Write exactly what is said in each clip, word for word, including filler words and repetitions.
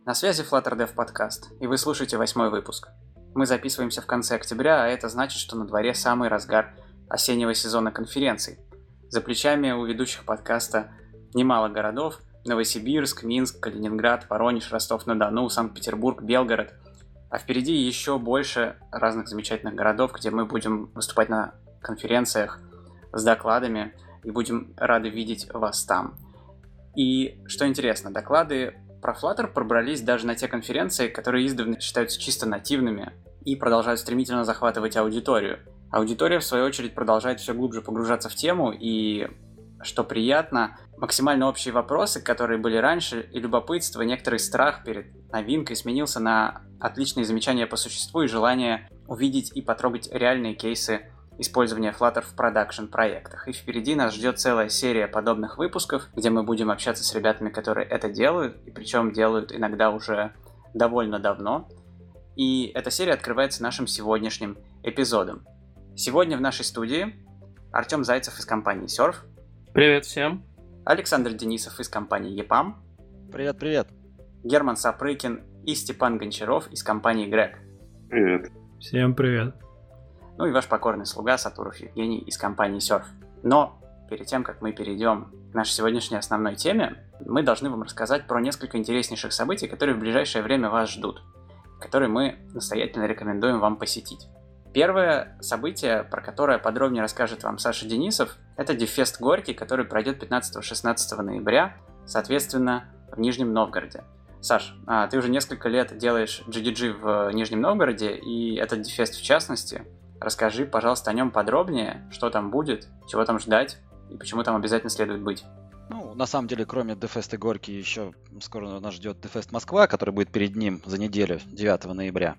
На связи Flutter Dev подкаст, и вы слушаете восьмой выпуск. Мы записываемся в конце октября, а это значит, что на дворе самый разгар осеннего сезона конференций. За плечами у ведущих подкаста немало городов: Новосибирск, Минск, Калининград, Воронеж, Ростов-на-Дону, Санкт-Петербург, Белгород. А впереди еще больше разных замечательных городов, где мы будем выступать на конференциях с докладами и будем рады видеть вас там. И что интересно, доклады про Flutter пробрались даже на те конференции, которые издавна считаются чисто нативными и продолжают стремительно захватывать аудиторию. Аудитория, в свою очередь, продолжает все глубже погружаться в тему, и, что приятно, максимально общие вопросы, которые были раньше, и любопытство, некоторый страх перед новинкой сменился на отличные замечания по существу и желание увидеть и потрогать реальные кейсы использования Flutter в продакшн-проектах. И впереди нас ждет целая серия подобных выпусков, где мы будем общаться с ребятами, которые это делают, и причем делают иногда уже довольно давно. И эта серия открывается нашим сегодняшним эпизодом. Сегодня в нашей студии Артем Зайцев из компании Surf. Привет всем. Александр Денисов из компании EPAM. Привет-привет. Герман Сапрыкин и Степан Гончаров из компании Greg. Привет. Всем привет. Ну и ваш покорный слуга Сатуров Евгений из компании Surf. Но перед тем, как мы перейдем к нашей сегодняшней основной теме, мы должны вам рассказать про несколько интереснейших событий, которые в ближайшее время вас ждут, которые мы настоятельно рекомендуем вам посетить. Первое событие, про которое подробнее расскажет вам Саша Денисов, это DevFest Горький, который пройдет пятнадцатого-шестнадцатого ноября, соответственно, в Нижнем Новгороде. Саш, а, ты уже несколько лет делаешь джи ди джи в Нижнем Новгороде, и этот DevFest в частности. Расскажи, пожалуйста, о нем подробнее, что там будет, чего там ждать и почему там обязательно следует быть. Ну, на самом деле, кроме DevFest Горький, еще скоро нас ждет DevFest Москва, который будет перед ним за неделю, девятого ноября.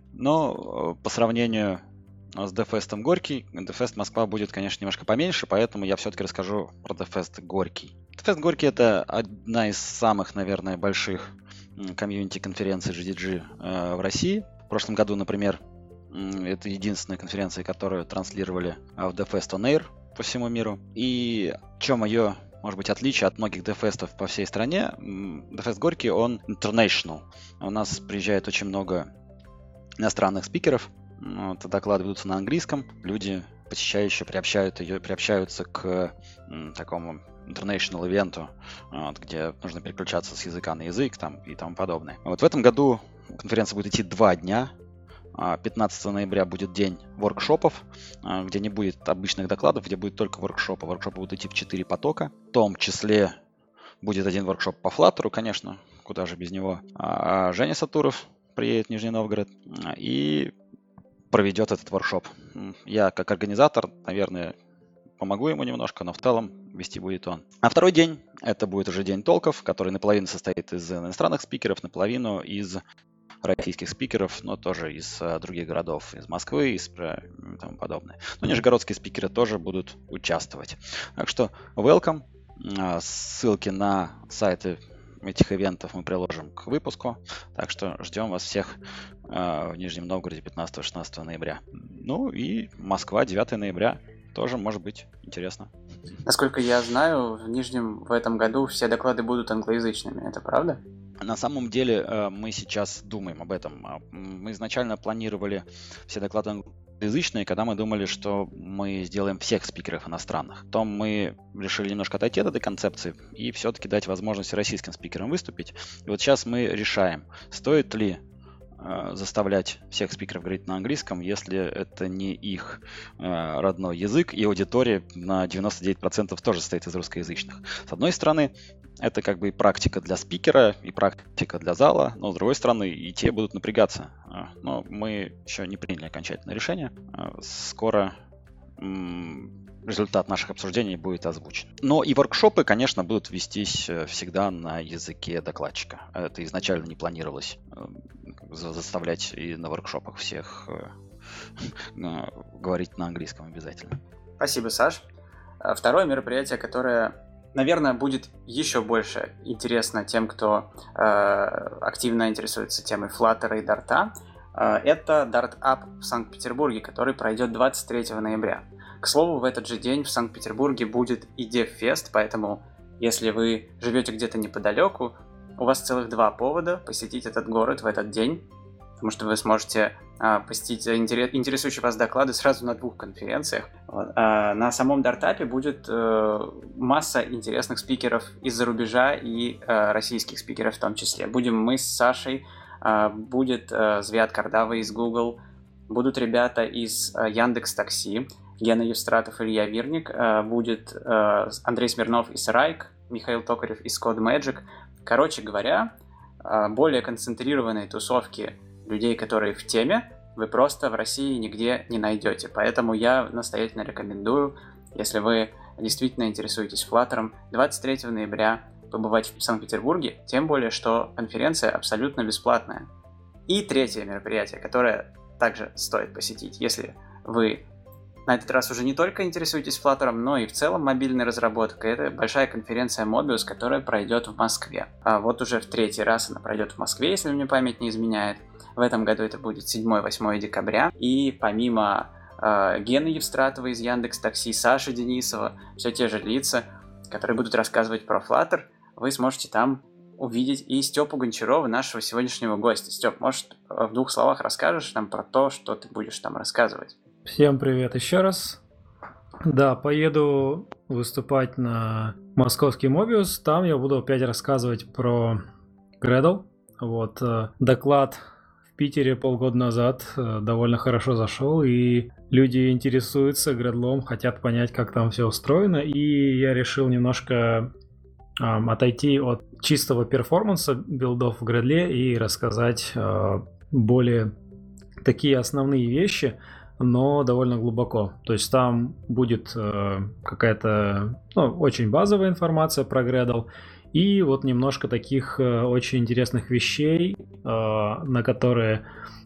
Но по сравнению с DevFest Горький, DevFest Москва будет, конечно, немножко поменьше, поэтому я все-таки расскажу про DevFest Горький. DevFest Горький — это одна из самых, наверное, больших комьюнити-конференций джи ди джи э, в России. В прошлом году, например, это единственная конференция, которую транслировали в DevFest On Air по всему миру. И в чем ее, может быть, отличие от многих DevFest'ов по всей стране? DevFest Горький, он international. У нас приезжает очень много иностранных спикеров. Вот, доклады ведутся на английском. Люди, посещающие, приобщают ее, приобщаются к м, такому international ивенту, вот, где нужно переключаться с языка на язык там, и тому подобное. Вот в этом году конференция будет идти два дня. пятнадцатого ноября будет день воркшопов, где не будет обычных докладов, где будет только воркшопы. Воркшопы будут идти в четыре потока. В том числе будет один воркшоп по Flutter, конечно, куда же без него. А Женя Сатуров приедет в Нижний Новгород и проведет этот воркшоп. Я, как организатор, наверное, помогу ему немножко, но в целом вести будет он. А второй день — это будет уже день толков, который наполовину состоит из иностранных спикеров, наполовину из российских спикеров, но тоже из а, других городов, из Москвы, из и тому подобное. Но нижегородские спикеры тоже будут участвовать. Так что welcome. А, ссылки на сайты этих ивентов мы приложим к выпуску. Так что ждем вас всех а, в Нижнем Новгороде пятнадцатого-шестнадцатого ноября. Ну и Москва девятого ноября. Тоже может быть интересно. Насколько я знаю, в Нижнем в этом году все доклады будут англоязычными. Это правда? На самом деле мы сейчас думаем об этом. Мы изначально планировали все доклады англоязычные, когда мы думали, что мы сделаем всех спикеров иностранных. Потом мы решили немножко отойти от этой концепции и все-таки дать возможность российским спикерам выступить. И вот сейчас мы решаем, стоит ли заставлять всех спикеров говорить на английском, если это не их э, родной язык, и аудитория на девяносто девять процентов тоже состоит из русскоязычных. С одной стороны, это как бы и практика для спикера, и практика для зала, но с другой стороны, и те будут напрягаться. Но мы еще не приняли окончательное решение. Скоро м- результат наших обсуждений будет озвучен. Но и воркшопы, конечно, будут вестись всегда на языке докладчика. Это изначально не планировалось заставлять и на воркшопах всех говорить на английском обязательно. Спасибо, Саш. Второе мероприятие, которое, наверное, будет еще больше интересно тем, кто э, активно интересуется темой Flutter и Dart, э, это Dart Up в Санкт-Петербурге, который пройдет двадцать третьего ноября. К слову, в этот же день в Санкт-Петербурге будет и DevFest, поэтому если вы живете где-то неподалеку, у вас целых два повода посетить этот город в этот день, потому что вы сможете а, посетить интересующие вас доклады сразу на двух конференциях. Вот. А на самом Дартапе будет э, масса интересных спикеров из-за рубежа и э, российских спикеров в том числе. Будем мы с Сашей, э, будет э, Звят Кардава из Google, будут ребята из э, Яндекс.Такси, Гена Евстратов, Илья Вирник, э, будет э, Андрей Смирнов из Райк, Михаил Токарев из CodeMagic. Короче говоря, э, более концентрированные тусовки людей, которые в теме, вы просто в России нигде не найдете. Поэтому я настоятельно рекомендую, если вы действительно интересуетесь Flutter, двадцать третьего ноября побывать в Санкт-Петербурге, тем более, что конференция абсолютно бесплатная. И третье мероприятие, которое также стоит посетить, если вы на этот раз уже не только интересуетесь Flutter, но и в целом мобильной разработкой. Это большая конференция Mobius, которая пройдет в Москве. А вот уже в третий раз она пройдет в Москве, если мне память не изменяет. В этом году это будет седьмое-восьмое декабря. И помимо э, Гены Евстратова из Яндекс.Такси, Саши Денисова, все те же лица, которые будут рассказывать про Flutter, вы сможете там увидеть и Степу Гончарова, нашего сегодняшнего гостя. Степ, может, в двух словах расскажешь нам про то, что ты будешь там рассказывать? Всем привет еще раз. Да, поеду выступать на московский Mobius. Там я буду опять рассказывать про Gradle. Вот, доклад в Питере полгода назад довольно хорошо зашел, и люди интересуются Gradle'ом, хотят понять, как там все устроено, и я решил немножко um, отойти от чистого перформанса билдов в Gradle и рассказать uh, более такие основные вещи, но довольно глубоко. То есть там будет uh, какая-то ну, очень базовая информация про Gradle, и вот немножко таких э, очень интересных вещей, э, на которые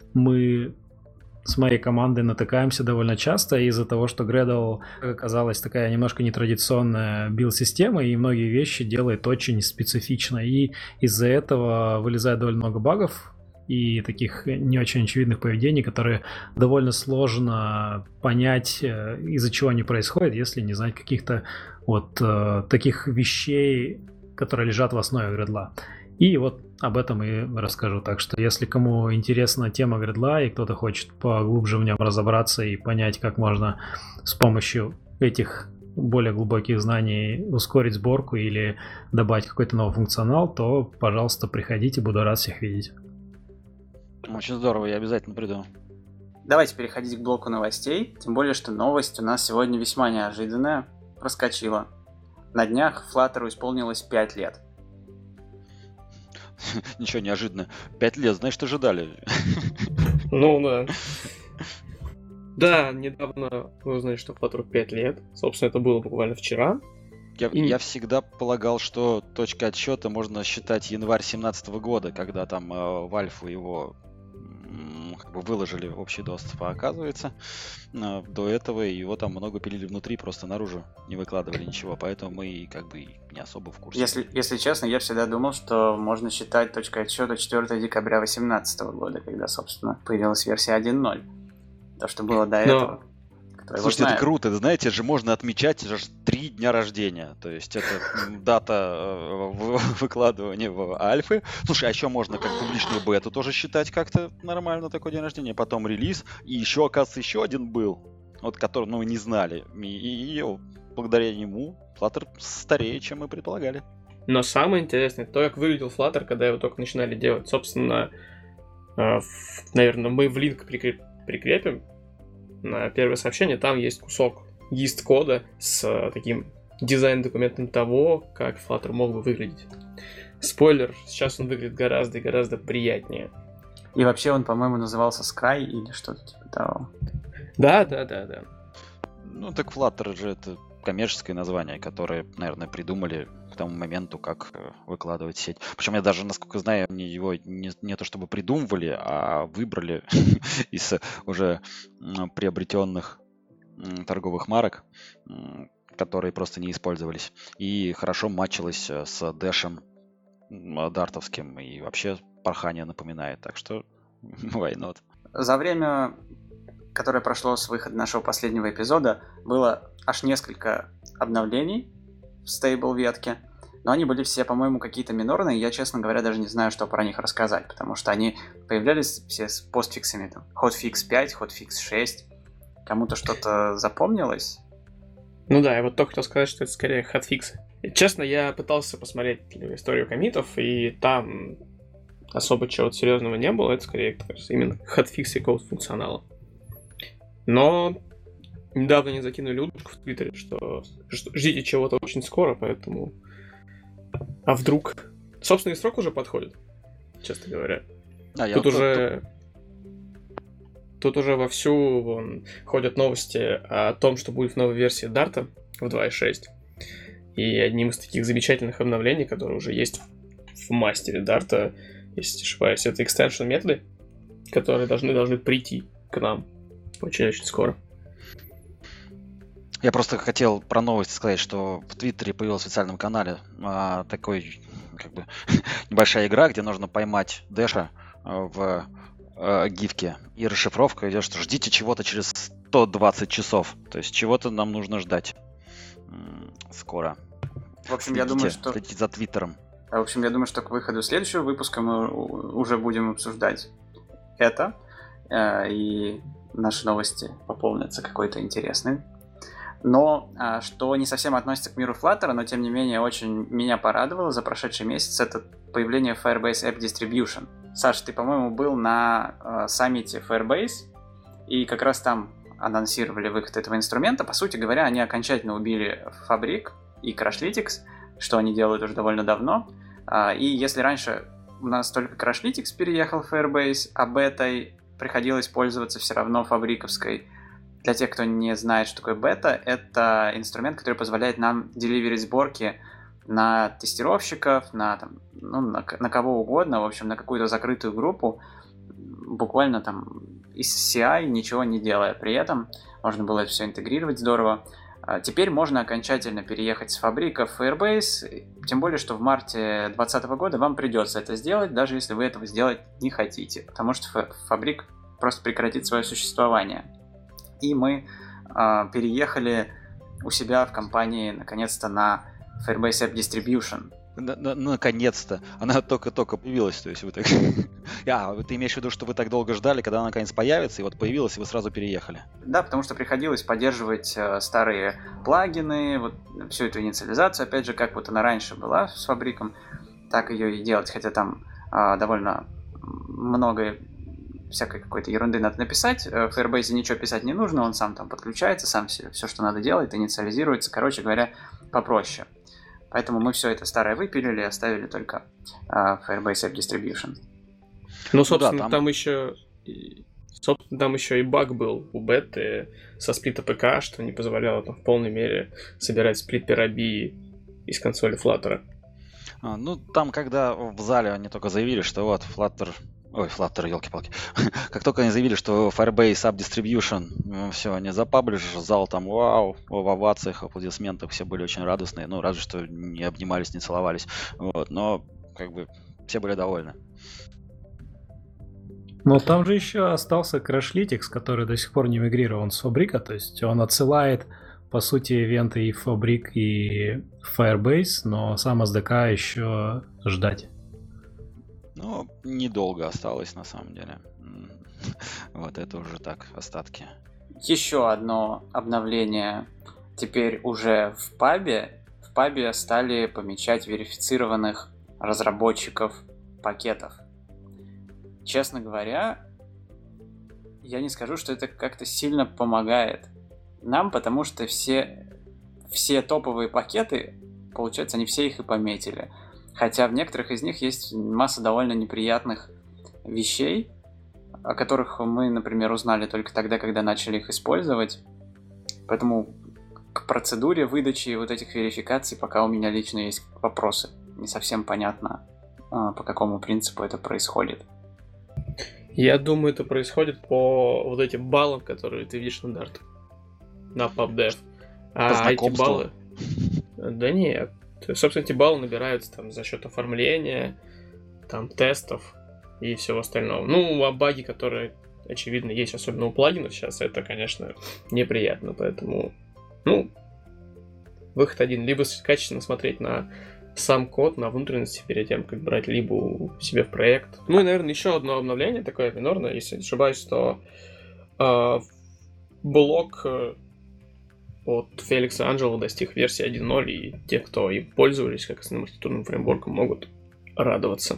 мы с моей командой натыкаемся довольно часто из-за того, что Gradle оказалась такая немножко нетрадиционная билд-система, и многие вещи делает очень специфично. И из-за этого вылезает довольно много багов и таких не очень очевидных поведений, которые довольно сложно понять, из-за чего они происходят, если не знать каких-то вот э, таких вещей, которые лежат в основе Gradle. И вот об этом и расскажу. Так что, если кому интересна тема Gradle и кто-то хочет поглубже в нем разобраться и понять, как можно с помощью этих более глубоких знаний ускорить сборку или добавить какой-то новый функционал, то, пожалуйста, приходите, буду рад всех видеть. Очень здорово, я обязательно приду. Давайте переходить к блоку новостей. Тем более, что новость у нас сегодня весьма неожиданная. Проскочила. На днях Flutter исполнилось пять лет. Ничего неожиданно. Пять лет, значит, ожидали. Ну да. Да, недавно вы узнали, что Flutter пять лет. Собственно, это было буквально вчера. Я, И... я всегда полагал, что точка отсчета можно считать январь семнадцатого года, когда там э, в альфу его м, как бы выложили в общий доступ, а оказывается, э, до этого его там много пилили внутри, просто наружу не выкладывали ничего, поэтому мы как бы не особо в курсе. Если, если честно, я всегда думал, что можно считать точкой отсчета четвёртого декабря две тысячи восемнадцатого года, когда, собственно, появилась версия один ноль. То, что было до Но... этого. Слушайте, это круто, это, знаете, же можно отмечать аж три дня рождения, то есть это дата э, выкладывания в альфы. Слушай, а еще можно как публичную бету тоже считать как-то нормально, такой день рождения, потом релиз, и еще, оказывается, еще один был, вот который, ну, не знали, и, и, и благодаря ему Flutter старее, чем мы предполагали. Но самое интересное, то, как выглядел Flutter, когда его только начинали делать. Собственно, э, в, наверное, мы в линк прикреп, прикрепим на первое сообщение, там есть кусок гист-кода с uh, таким дизайн-документом того, как Flutter мог бы выглядеть. Спойлер, сейчас он выглядит гораздо и гораздо приятнее. И вообще он, по-моему, назывался Sky или что-то типа того. Да, да, да, да. Ну так Flutter же это коммерческое название, которое, наверное, придумали к тому моменту, как выкладывать в сеть. Причем я даже, насколько знаю, они его не, не то чтобы придумывали, а выбрали из уже приобретенных торговых марок, которые просто не использовались. И хорошо матчилось с дэшем дартовским, и вообще порхание напоминает. Так что why not? За время, которое прошло с выхода нашего последнего эпизода, было аж несколько обновлений в стейбл ветке. но они были все, по-моему, какие-то минорные, я, честно говоря, даже не знаю, что про них рассказать, потому что они появлялись все с постфиксами, там, Hotfix пять, Hotfix шесть, кому-то что-то запомнилось? Ну да, я вот только хотел сказать, что это скорее хатфиксы. Честно, я пытался посмотреть историю коммитов, и там особо чего-то серьезного не было, это скорее, кажется, именно хатфиксы и код функционала. Но недавно не закинули удочку в Твиттере, что ждите чего-то очень скоро, поэтому... А вдруг? Собственный срок уже подходит, честно говоря. А, тут вот уже... Тут уже вовсю вон, ходят новости о том, что будет в новой версии Дарта в два точка шесть. И одним из таких замечательных обновлений, которые уже есть в мастере Дарта, если не ошибаюсь, это экстеншн методы, которые должны, должны прийти к нам очень-очень скоро. Я просто хотел про новости сказать, что в Твиттере появилась в официальном канале а, такой, как бы, небольшая игра, где нужно поймать Дэша а, в а, гифке. И расшифровка идет, что ждите чего-то через сто двадцать часов. То есть чего-то нам нужно ждать м- скоро. В общем, следите, я думаю, что... Следите за Твиттером. В общем, я думаю, что к выходу следующего выпуска мы уже будем обсуждать это. И наши новости пополнятся какой-то интересной. Но что не совсем относится к миру Flutter, но тем не менее очень меня порадовало за прошедший месяц, это появление Firebase App Distribution. Саш, ты, по-моему, был на э, саммите Firebase, и как раз там анонсировали выход этого инструмента. По сути говоря, они окончательно убили Fabric и Crashlytics, что они делают уже довольно давно. Э, и если раньше у нас только Crashlytics переехал в Firebase, а бетой приходилось пользоваться все равно фабриковской. Для тех, кто не знает, что такое бета, это инструмент, который позволяет нам деливерить сборки на тестировщиков, на, там, ну, на, на кого угодно, в общем, на какую-то закрытую группу, буквально там из си ай, ничего не делая. При этом можно было это все интегрировать здорово. Теперь можно окончательно переехать с фабрика в Firebase, тем более, что в марте две тысячи двадцатого года вам придется это сделать, даже если вы этого сделать не хотите, потому что фабрик просто прекратит свое существование. И мы э, переехали у себя в компании наконец-то на Firebase App Distribution. На- на- наконец-то. Она только-только появилась, то есть вы так... А, ты имеешь в виду, что вы так долго ждали, когда она наконец появится, и вот появилась, и вы сразу переехали? Да, потому что приходилось поддерживать э, старые плагины, вот всю эту инициализацию, опять же, как вот она раньше была с фабриком, так ее и делать, хотя там э, довольно много всякой какой-то ерунды надо написать. В Firebase ничего писать не нужно, он сам там подключается, сам все, все что надо делает, инициализируется, короче говоря, попроще. Поэтому мы все это старое выпилили и оставили только uh, Firebase App Distribution. Ну, собственно, ну, да, там... там еще собственно, там еще и баг был у беты со сплита ПК, что не позволяло там в полной мере собирать сплит пироби из консоли Flutter. А, ну, там, когда в зале они только заявили, что вот Flutter... Ой, Flutter, елки-палки. Как только они заявили, что Firebase App Distribution, все, они запаблишь, зал там, вау, в овациях, аплодисментах, все были очень радостные. Ну, разве что не обнимались, не целовались. Вот, но, как бы, все были довольны. Но там же еще остался Crashlytics, который до сих пор не мигрирован с Фабрика, то есть он отсылает, по сути, ивенты и в Фабрик, и в Firebase, но сам эс ди кей еще ждать. Ну, недолго осталось, на самом деле. Вот это уже так, остатки. Еще одно обновление теперь уже в пабе. В пабе стали помечать верифицированных разработчиков пакетов. Честно говоря, я не скажу, что это как-то сильно помогает нам, потому что все, все топовые пакеты, получается, они все их и пометили. Хотя в некоторых из них есть масса довольно неприятных вещей, о которых мы, например, узнали только тогда, когда начали их использовать. Поэтому к процедуре выдачи вот этих верификаций пока у меня лично есть вопросы. Не совсем понятно, по какому принципу это происходит. Я думаю, это происходит по вот этим баллам, которые ты видишь на Dart. На PubDev. А эти баллы... Да нет. Собственно, эти баллы набираются там за счет оформления, там, тестов и всего остального. Ну, а баги, которые, очевидно, есть, особенно у плагинов сейчас, это, конечно, неприятно. Поэтому, ну, выход один. Либо качественно смотреть на сам код на внутренности перед тем, как брать либо себе в проект. Ну и, наверное, еще одно обновление такое минорное, если не ошибаюсь, то э, блок э, от Феликса Анджело достиг версии один ноль, и те, кто им пользовались как основным архитектурным фреймворком, могут радоваться.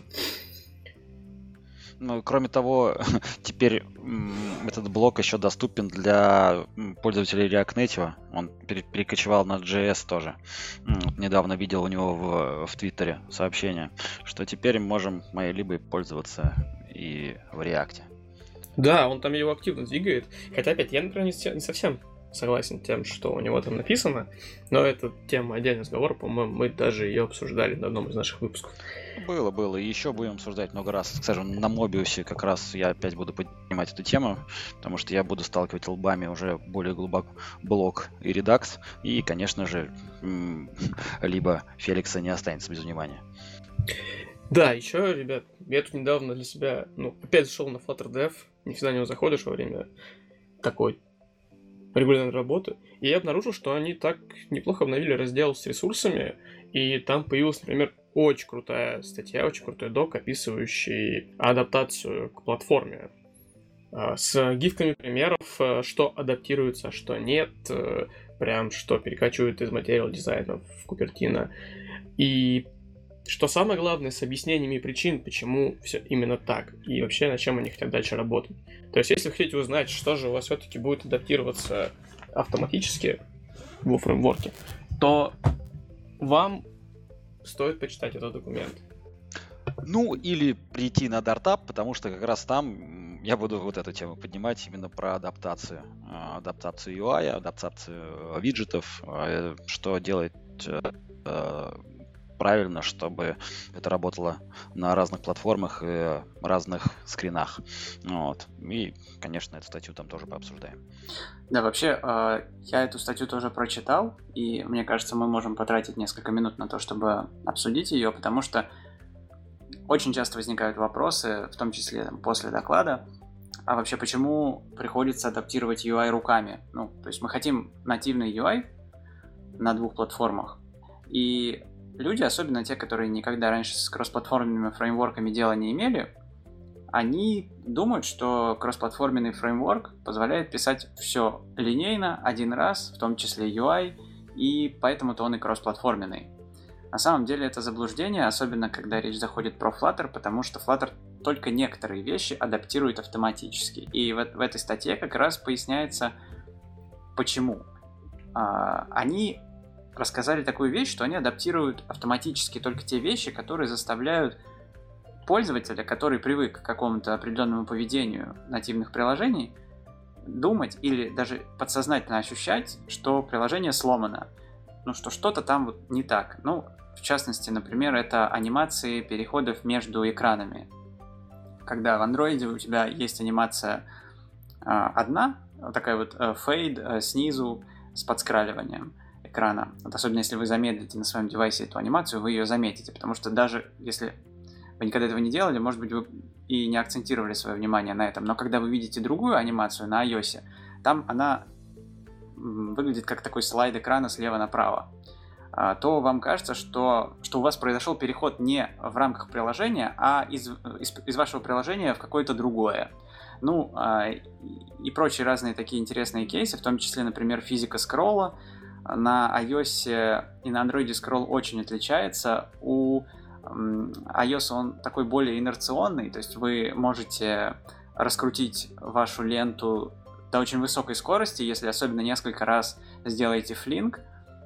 Ну, кроме того, теперь этот блок еще доступен для пользователей React Native. Он перекочевал на джей эс тоже. Вот недавно видел у него в, в Твиттере сообщение, что теперь можем моей либой пользоваться и в React. Да, он там его активно двигает. Хотя, опять, я, например, не совсем согласен с тем, что у него там написано, но это тема отдельный разговор, по-моему, мы даже ее обсуждали на одном из наших выпусков. Было, было, и еще будем обсуждать много раз. Скажем, на Mobius как раз я опять буду поднимать эту тему, потому что я буду сталкивать лбами уже более глубоко блок и Redux, и, конечно же, либо Феликса не останется без внимания. Да, еще, ребят, я тут недавно для себя, ну, опять зашел на Flutter Dev, не всегда на него заходишь во время такой регулярной работы, и я обнаружил, что они так неплохо обновили раздел с ресурсами, и там появилась, например, очень крутая статья, очень крутой док, описывающий адаптацию к платформе, с гифками примеров, что адаптируется, что нет, прям что перекачивают из материал дизайна в Купертино. И что самое главное, с объяснениями причин, почему все именно так, и вообще над чем они хотят дальше работать. То есть, если вы хотите узнать, что же у вас все-таки будет адаптироваться автоматически во фреймворке, то вам стоит почитать этот документ. Ну, или прийти на Dart-Up, потому что как раз там я буду вот эту тему поднимать именно про адаптацию. Адаптацию ю ай, адаптацию виджетов, что делать правильно, чтобы это работало на разных платформах и разных скринах. Вот. И, конечно, эту статью там тоже пообсуждаем. Да, вообще, я эту статью тоже прочитал, и мне кажется, мы можем потратить несколько минут на то, чтобы обсудить ее, потому что очень часто возникают вопросы, в том числе там, после доклада, а вообще почему приходится адаптировать ю ай руками? Ну, то есть мы хотим нативный ю ай на двух платформах, и люди, особенно те, которые никогда раньше с кроссплатформенными фреймворками дела не имели, они думают, что кроссплатформенный фреймворк позволяет писать все линейно, один раз, в том числе ю ай, и поэтому-то он и кроссплатформенный. На самом деле это заблуждение, особенно когда речь заходит про Flutter, потому что Flutter только некоторые вещи адаптирует автоматически. И в, в этой статье как раз поясняется, почему. А, они рассказали такую вещь, что они адаптируют автоматически только те вещи, которые заставляют пользователя, который привык к какому-то определенному поведению нативных приложений, думать или даже подсознательно ощущать, что приложение сломано, ну что что-то там вот не так. Ну, в частности, например, это анимации переходов между экранами. Когда в Android у тебя есть анимация а, одна, такая вот а, фейд а, снизу с подскраливанием экрана. Вот особенно если вы замедлите на своем девайсе эту анимацию, вы ее заметите, потому что даже если вы никогда этого не делали, может быть, вы и не акцентировали свое внимание на этом, но когда вы видите другую анимацию на iOS, там она выглядит как такой слайд экрана слева направо, то вам кажется, что, что у вас произошел переход не в рамках приложения, а из, из, из вашего приложения в какое-то другое. Ну, и прочие разные такие интересные кейсы, в том числе, например, физика скролла. На iOS и на Android скролл очень отличается. У iOS он такой более инерционный, то есть вы можете раскрутить вашу ленту до очень высокой скорости, если особенно несколько раз сделаете флинк,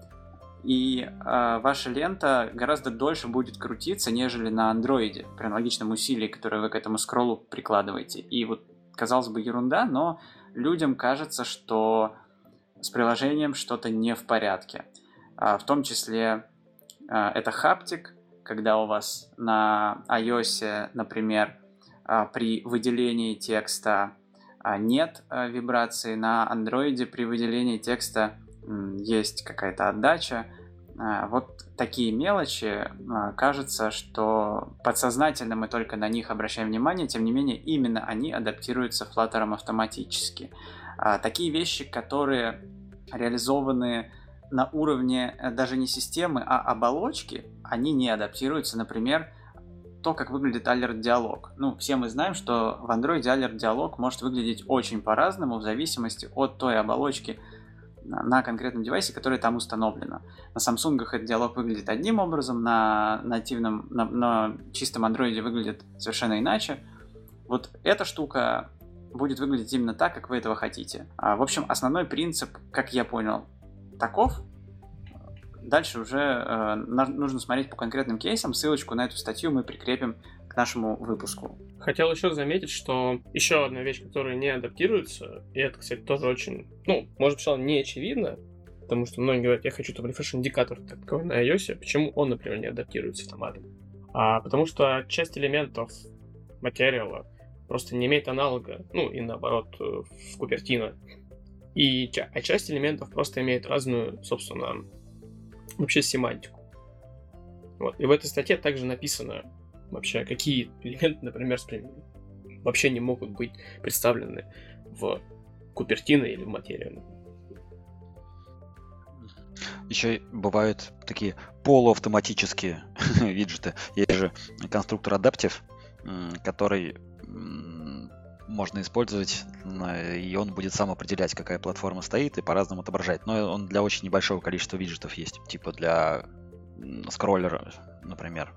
и э, ваша лента гораздо дольше будет крутиться, нежели на Android, при аналогичном усилии, которое вы к этому скроллу прикладываете. И вот, казалось бы, ерунда, но людям кажется, что с приложением что-то не в порядке. А, в том числе а, это хаптик, когда у вас на iOS, например, а, при выделении текста а, нет а, вибрации, на Android при выделении текста м, есть какая-то отдача. А, вот такие мелочи, а, кажется, что подсознательно мы только на них обращаем внимание, тем не менее именно они адаптируются Flutter автоматически. А, такие вещи, которые реализованы на уровне даже не системы, а оболочки, они не адаптируются. Например, то, как выглядит alert-диалог. Ну, все мы знаем, что в Android alert-диалог может выглядеть очень по-разному в зависимости от той оболочки на конкретном девайсе, которая там установлена. На Samsung этот диалог выглядит одним образом, на нативном, на, на чистом Android выглядит совершенно иначе. Вот эта штука будет выглядеть именно так, как вы этого хотите. А, в общем, основной принцип, как я понял, таков. Дальше уже э, нужно смотреть по конкретным кейсам. Ссылочку на эту статью мы прикрепим к нашему выпуску. Хотел еще заметить, что еще одна вещь, которая не адаптируется, и это, кстати, тоже очень, ну, может быть, не очевидно, потому что многие говорят, я хочу там рефреш-индикатор такой на iOS, почему он, например, не адаптируется автоматом? А потому что часть элементов материала просто не имеет аналога, ну, и наоборот, в Cupertino. И, а часть элементов просто имеет разную, собственно, вообще семантику. Вот. И в этой статье также написано вообще, какие элементы, например, вообще не могут быть представлены в Cupertino или в Material. Еще бывают такие полуавтоматические виджеты. Есть же конструктор Adaptive, который можно использовать, и он будет сам определять, какая платформа стоит, и по-разному отображать. Но он для очень небольшого количества виджетов есть. Типа для скроллера, например.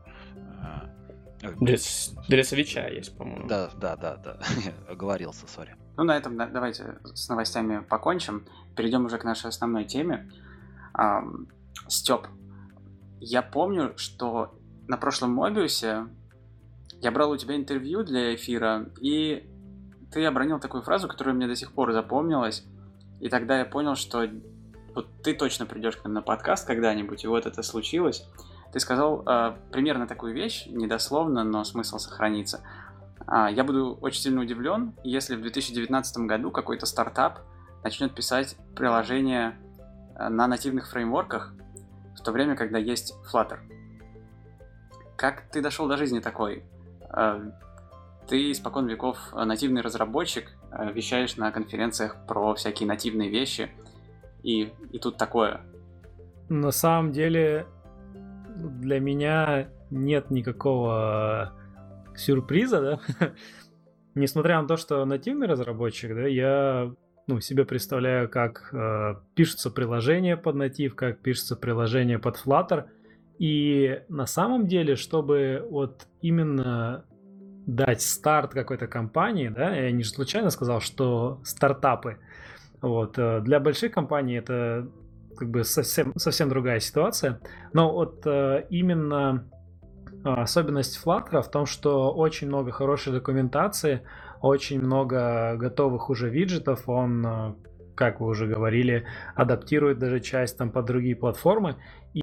Для, для свитча есть, по-моему. Да, да, да, да. Оговорился, сори. Ну, на этом давайте с новостями покончим. Перейдем уже к нашей основной теме. Um, Степ, я помню, что на прошлом Мобиусе я брал у тебя интервью для эфира, и ты обронил такую фразу, которая мне до сих пор запомнилась, и тогда я понял, что вот ты точно придешь к нам на подкаст когда-нибудь, и вот это случилось. Ты сказал э, примерно такую вещь, недословно, но смысл сохранится. Э, я буду очень сильно удивлен, если в две тысячи девятнадцатом году какой-то стартап начнет писать приложение э, на нативных фреймворках, в то время, когда есть Flutter. Как ты дошел до жизни такой? Э, Ты испокон веков нативный разработчик, вещаешь на конференциях про всякие нативные вещи, и, и тут такое. На самом деле для меня нет никакого сюрприза, да? Несмотря на то, что нативный разработчик, да, я ну, себе представляю, как э, пишется приложение под натив, как пишется приложение под Flutter, и на самом деле, чтобы вот именно дать старт какой-то компании, да, я не случайно сказал, что стартапы, вот, для больших компаний это как бы совсем, совсем другая ситуация, но вот именно особенность Flutter в том, что очень много хорошей документации, очень много готовых уже виджетов, он, как вы уже говорили, адаптирует даже часть там под другие платформы,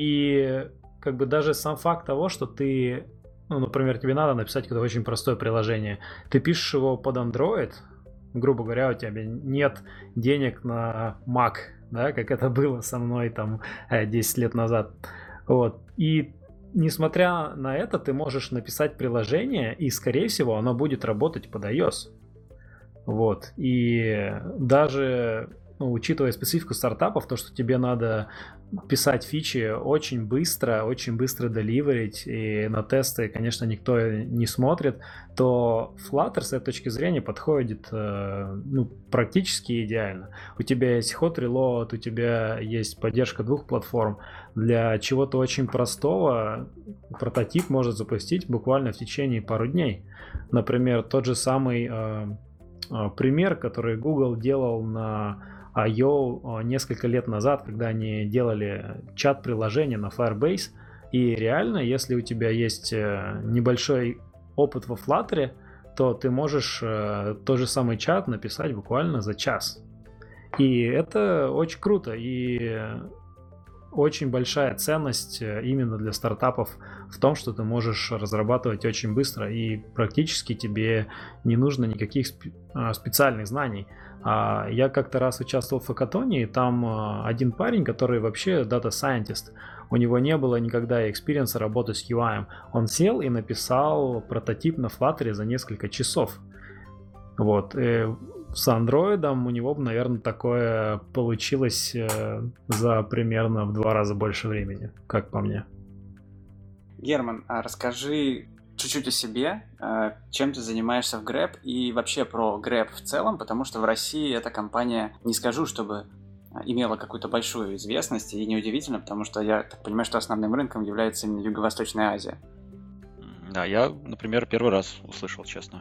и как бы даже сам факт того, что ты, ну, например, тебе надо написать какое-то очень простое приложение. Ты пишешь его под Android, грубо говоря, у тебя нет денег на Mac, да, как это было со мной там десять лет назад. Вот. И несмотря на это, ты можешь написать приложение, и, скорее всего, оно будет работать под iOS. Вот. И даже, ну, учитывая специфику стартапов, то, что тебе надо писать фичи очень быстро, очень быстро деливерить, и на тесты, конечно, никто не смотрит, то Flutter с этой точки зрения подходит ну, практически идеально. У тебя есть hot reload, у тебя есть поддержка двух платформ. Для чего-то очень простого прототип может запустить буквально в течение пару дней. Например, тот же самый э, пример, который Google делал на ай о несколько лет назад, когда они делали чат-приложение на Firebase. И реально, если у тебя есть небольшой опыт во Flutter, то ты можешь тот же самый чат написать буквально за час. И это очень круто. И очень большая ценность именно для стартапов в том, что ты можешь разрабатывать очень быстро, и практически тебе не нужно никаких специальных знаний. Я как-то раз участвовал в Hackathon, и там один парень, который вообще Data Scientist, у него не было никогда экспириенса работы с ю ай. Он сел и написал прототип на Flutter за несколько часов. Вот. с андроидом у него бы, наверное, такое получилось э, за примерно в два раза больше времени, как по мне. Герман, а расскажи чуть-чуть о себе, э, чем ты занимаешься в Grab и вообще про Grab в целом, потому что в России эта компания, не скажу, чтобы имела какую-то большую известность, и неудивительно, потому что я так понимаю, что основным рынком является именно Юго-Восточная Азия. Да, я, например, первый раз услышал, честно.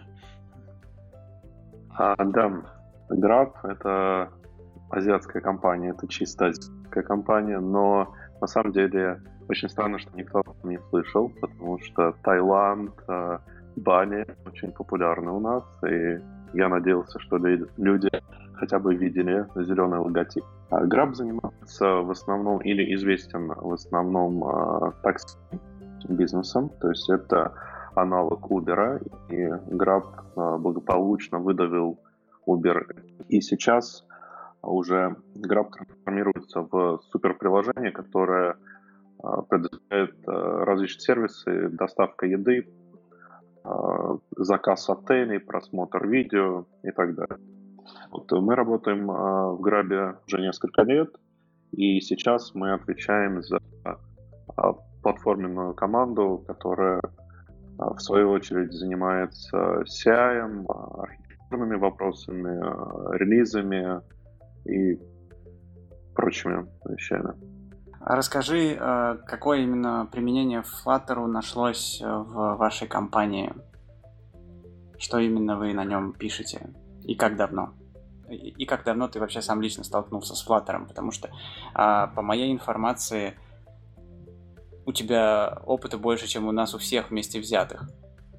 А, да, Grab — это азиатская компания, это чисто азиатская компания, но на самом деле очень странно, что никто об этом не слышал, потому что Таиланд, Бали очень популярны у нас, и я надеялся, что люди хотя бы видели зеленый логотип. Grab занимается в основном, или известен в основном такси бизнесом, то есть это аналог Uber, и Grab благополучно выдавил Uber. И сейчас уже Grab трансформируется в суперприложение, которое предоставляет различные сервисы, доставка еды, заказ отелей, просмотр видео и так далее. Вот мы работаем в Grab уже несколько лет, и сейчас мы отвечаем за платформенную команду, которая в свою очередь занимается си ай эм, архитектурными вопросами, релизами и прочими вещами. Расскажи, какое именно применение Flutter нашлось в вашей компании? Что именно вы на нем пишете? И как давно? И как давно ты вообще сам лично столкнулся с Flutter? Потому что, по моей информации, у тебя опыта больше, чем у нас у всех вместе взятых.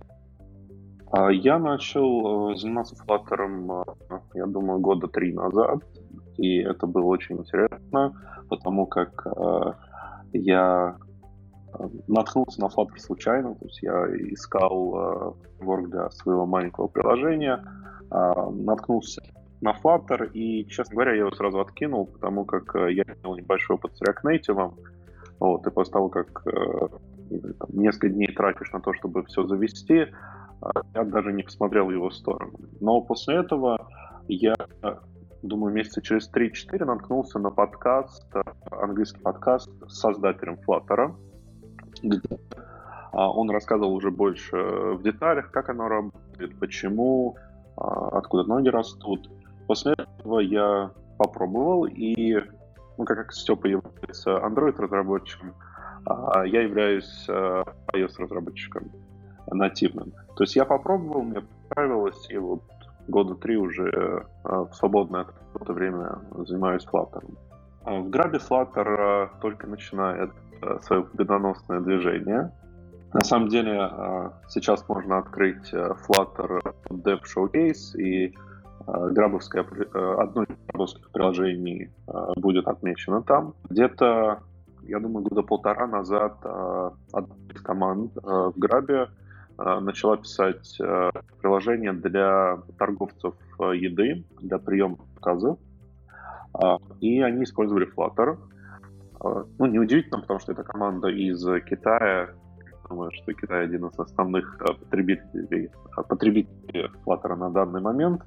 Я начал заниматься Flutter, я думаю, года три назад. И это было очень интересно, потому как э, я наткнулся на Flutter случайно, то есть я искал фреймворк э, для своего маленького приложения, э, наткнулся на Flutter, и, честно говоря, я его сразу откинул, потому как э, я имел небольшой опыт с React Native, вот, и после того, как э, там, несколько дней тратишь на то, чтобы все завести, э, я даже не посмотрел в его сторону. Но после этого я... думаю, месяца через три-четыре наткнулся на подкаст, английский подкаст с создателем Flutter, где он рассказывал уже больше в деталях, как оно работает, почему, откуда ноги растут. После этого я попробовал, и, ну, как Степа является Android-разработчиком, я являюсь iOS-разработчиком нативным. То есть я попробовал, мне понравилось, и вот года три уже э, в свободное от работы время занимаюсь Flutter. В Grab Flutter э, только начинает э, свое победоносное движение. На самом деле э, сейчас можно открыть э, Flutter Dev Showcase, и э, грабовское, э, одно из грабовских приложений э, будет отмечено там. Где-то, я думаю, года полтора назад э, одна из команд э, в Grab начала писать э, приложение для торговцев э, еды, для приема заказов, э, и они использовали Flutter. Э, ну, неудивительно, потому что это команда из Китая. Я думаю, что Китай один из основных э, потребителей, э, потребителей Flutter на данный момент.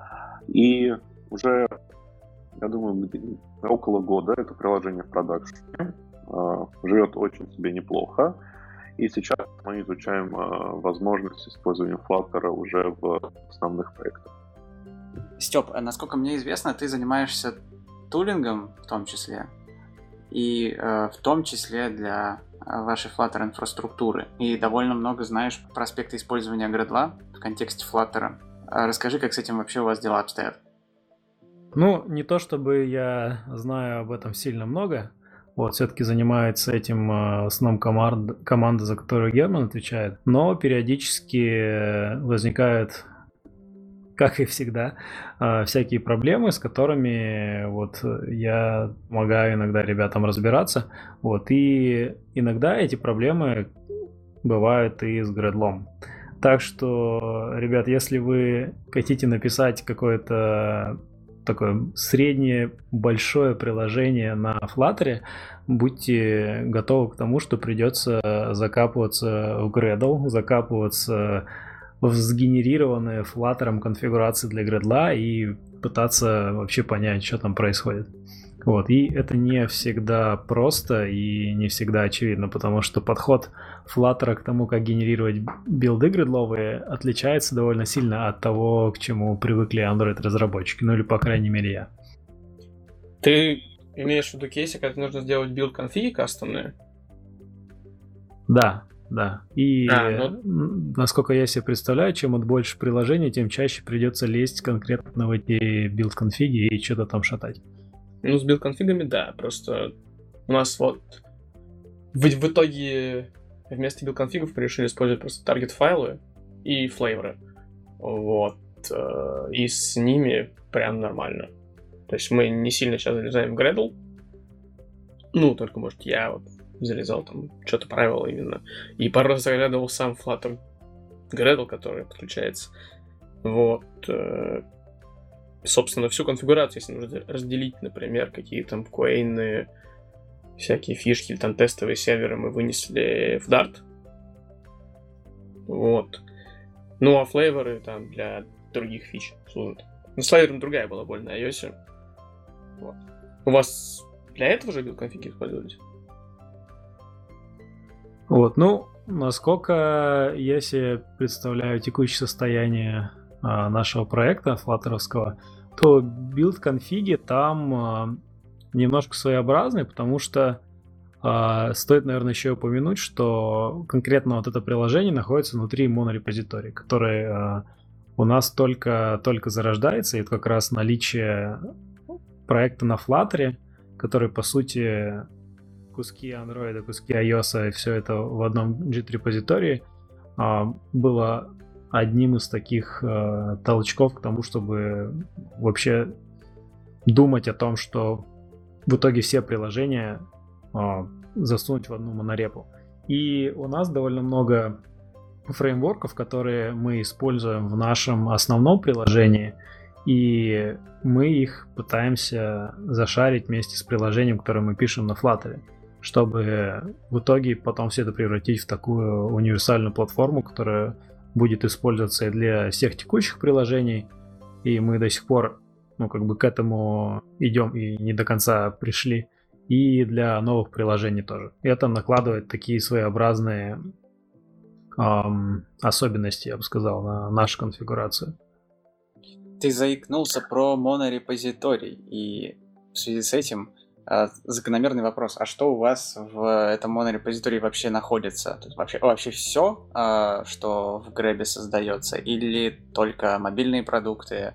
И уже, я думаю, около года это приложение в продакшене, э, живет очень себе неплохо. И сейчас мы изучаем э, возможность использования Flutter уже в основных проектах. Степ, насколько мне известно, ты занимаешься тулингом в том числе, и э, в том числе для вашей Flutter инфраструктуры. И довольно много знаешь про аспекты использования Gradle в контексте Flutter. Расскажи, как с этим вообще у вас дела обстоят? Ну, не то чтобы я знаю об этом сильно много. Вот, все-таки занимается этим э, сном команд, команда, за которую Герман отвечает. Но периодически возникают, как и всегда, э, всякие проблемы, с которыми вот я помогаю иногда ребятам разбираться. Вот, и иногда эти проблемы бывают и с Gradle. Так что, ребят, если вы хотите написать какое-то такое среднее большое приложение на Flutter, будьте готовы к тому, что придется закапываться в Gradle, закапываться в сгенерированные Flutter конфигурации для Gradle и пытаться вообще понять, что там происходит. Вот, и это не всегда просто и не всегда очевидно, потому что подход Flutter к тому, как генерировать билды гридловые, отличается довольно сильно от того, к чему привыкли Android-разработчики, ну или, по крайней мере, я. Ты имеешь в виду кейсы, когда нужно сделать билд-конфиги кастомные? Да, да. И а, ну... насколько я себе представляю, чем от больше приложений, тем чаще придется лезть конкретно в эти билд-конфиги и что-то там шатать. Ну, с билд-конфигами, да, просто у нас вот в, в итоге вместо билд-конфигов мы решили использовать просто таргет-файлы и флейворы. Вот. И с ними прям нормально. То есть мы не сильно сейчас залезаем в Gradle. Ну, только, может, я вот залезал там, что-то правило именно. И пару раз заглядывал сам Flutter Gradle, который подключается. Вот. Собственно, всю конфигурацию, если нужно разделить, например, какие там куэйны, всякие фишки или там тестовые серверы мы вынесли в Dart. Вот. Ну, а флейворы там для других фич служат. Ну, с флейвором другая была боль на iOS. Вот. У вас для этого же билд-конфиги использовались? Вот, ну, насколько я себе представляю текущее состояние а, нашего проекта флаттеровского, то билд-конфиги там а, немножко своеобразные, потому что а, стоит, наверное, еще упомянуть, что конкретно вот это приложение находится внутри монорепозитория, который а, у нас только, только зарождается, и это как раз наличие проекта на Flutter, который, по сути, куски Android, куски iOS и все это в одном Git-репозитории а, было одним из таких а, толчков к тому, чтобы вообще думать о том, что в итоге все приложения а, засунуть в одну монорепу. И у нас довольно много фреймворков, которые мы используем в нашем основном приложении, и мы их пытаемся зашарить вместе с приложением, которое мы пишем на Flutter, чтобы в итоге потом все это превратить в такую универсальную платформу, которая будет использоваться и для всех текущих приложений, и мы до сих пор, ну, как бы к этому идем и не до конца пришли, и для новых приложений тоже. И это накладывает такие своеобразные эм, особенности, я бы сказал, на нашу конфигурацию. Ты заикнулся про монорепозиторий, и в связи с этим э, закономерный вопрос: а что у вас в этом монорепозитории вообще находится? Тут вообще, вообще все, э, что в Грэбе создается, или только мобильные продукты?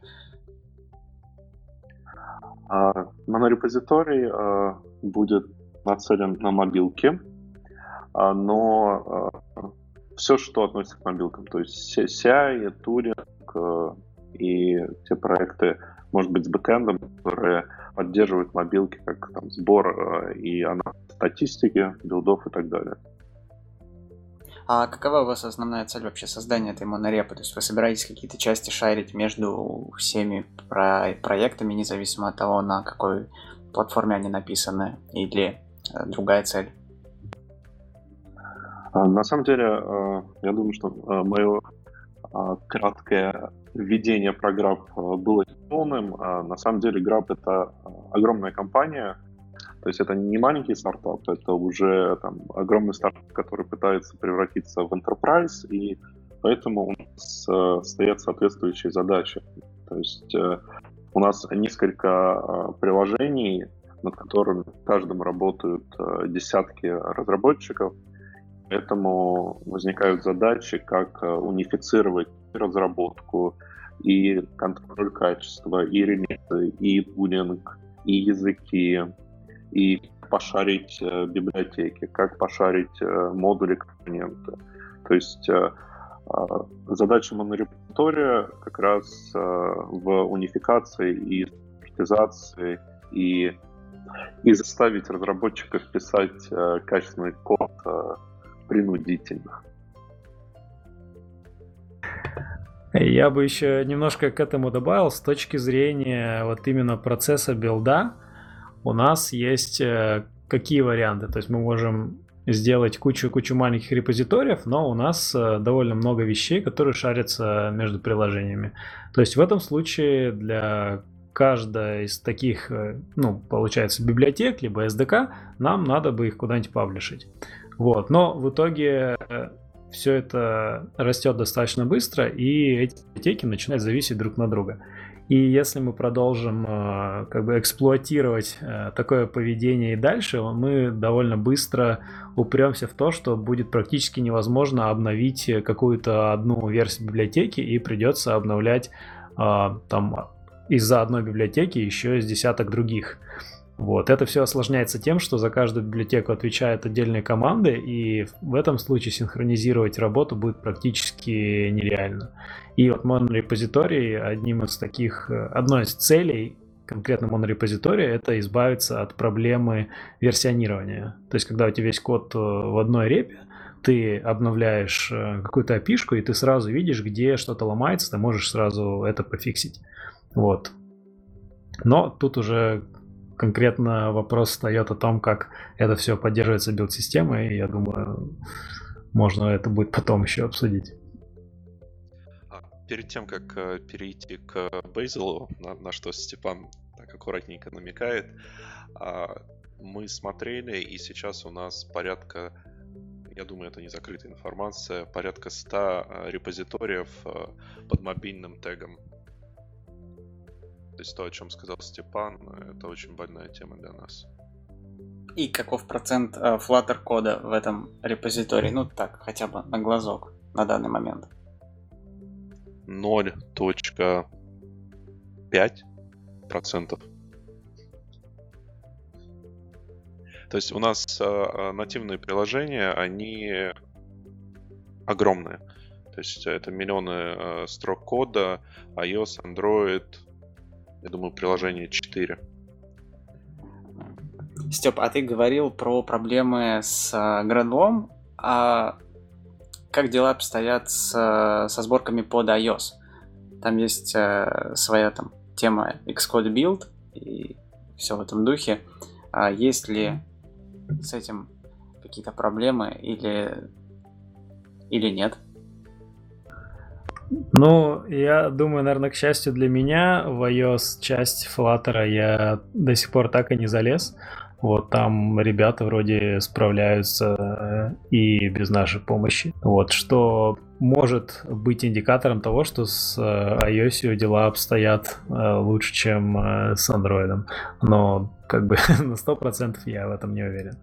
А, монорепозиторий а, будет нацелен на мобилки, а, но а, все, что относится к мобилкам, то есть си ай, Turing и те проекты, может быть, с бэкэндом, которые поддерживают мобилки, как там сбор и анализ статистики, билдов и так далее. А какова у вас основная цель вообще создания этой монорепы? То есть вы собираетесь какие-то части шарить между всеми про- проектами, независимо от того, на какой платформе они написаны, или другая цель? На самом деле, я думаю, что мое краткое введение Grab было полным. На самом деле Grab — это огромная компания, то есть это не маленький стартап, это уже там огромный стартап, который пытается превратиться в enterprise, и поэтому у нас стоят соответствующие задачи. То есть у нас несколько приложений, над которыми каждым работают десятки разработчиков, поэтому возникают задачи, как унифицировать разработку, и контроль качества, и релизы, и тулинг, и языки, и пошарить э, библиотеки, как пошарить э, модули, компоненты. То есть э, э, задача монорепозитория как раз э, в унификации и стандартизации, и, и заставить разработчиков писать э, качественный код э, принудительно. Я бы еще немножко к этому добавил с точки зрения вот именно процесса билда. У нас есть какие варианты? То есть мы можем сделать кучу-кучу маленьких репозиториев, но у нас довольно много вещей, которые шарятся между приложениями. То есть в этом случае для каждой из таких, ну, получается, библиотек, либо эс ди кей, нам надо бы их куда-нибудь паблишить. Вот. Но в итоге все это растет достаточно быстро, и эти библиотеки начинают зависеть друг на друга. И если мы продолжим как бы эксплуатировать такое поведение и дальше, мы довольно быстро упремся в то, что будет практически невозможно обновить какую-то одну версию библиотеки, и придется обновлять там из-за одной библиотеки еще из десяток других. Вот. Это все осложняется тем, что за каждую библиотеку отвечают отдельные команды, и в этом случае синхронизировать работу будет практически нереально. И вот монорепозиторий, одним из таких, одной из целей конкретно монорепозитория — это избавиться от проблемы версионирования. То есть, когда у тебя есть код в одной репе, ты обновляешь какую-то эй пи ай-шку, и ты сразу видишь, где что-то ломается, ты можешь сразу это пофиксить. Вот. Но тут уже конкретно вопрос встает о том, как это все поддерживается билд-системой, и я думаю, можно это будет потом еще обсудить. Перед тем, как перейти к Бейзелу, на, на что Степан так аккуратненько намекает, мы смотрели, и сейчас у нас порядка, я думаю, это не закрытая информация, порядка ста репозиториев под мобильным тегом. То есть то, о чем сказал Степан, это очень больная тема для нас. И каков процент Flutter кода в этом репозитории? Ну так, хотя бы на глазок на данный момент. ноль целых пять процентов. То есть у нас э, нативные приложения, они огромные. То есть это миллионы э, строк кода, iOS, Android, я думаю, приложение четыре. Степ, а ты говорил про проблемы с Gradle, а как дела обстоят с, со сборками под iOS? Там есть э, своя там тема Xcode Build и все в этом духе. А есть ли с этим какие-то проблемы или, или нет? Ну, я думаю, наверное, к счастью для меня, в iOS часть Flutter я до сих пор так и не залез. Вот там ребята вроде справляются и без нашей помощи. Вот, что может быть индикатором того, что с iOS дела обстоят лучше, чем с Android. Но как бы на сто процентов я в этом не уверен.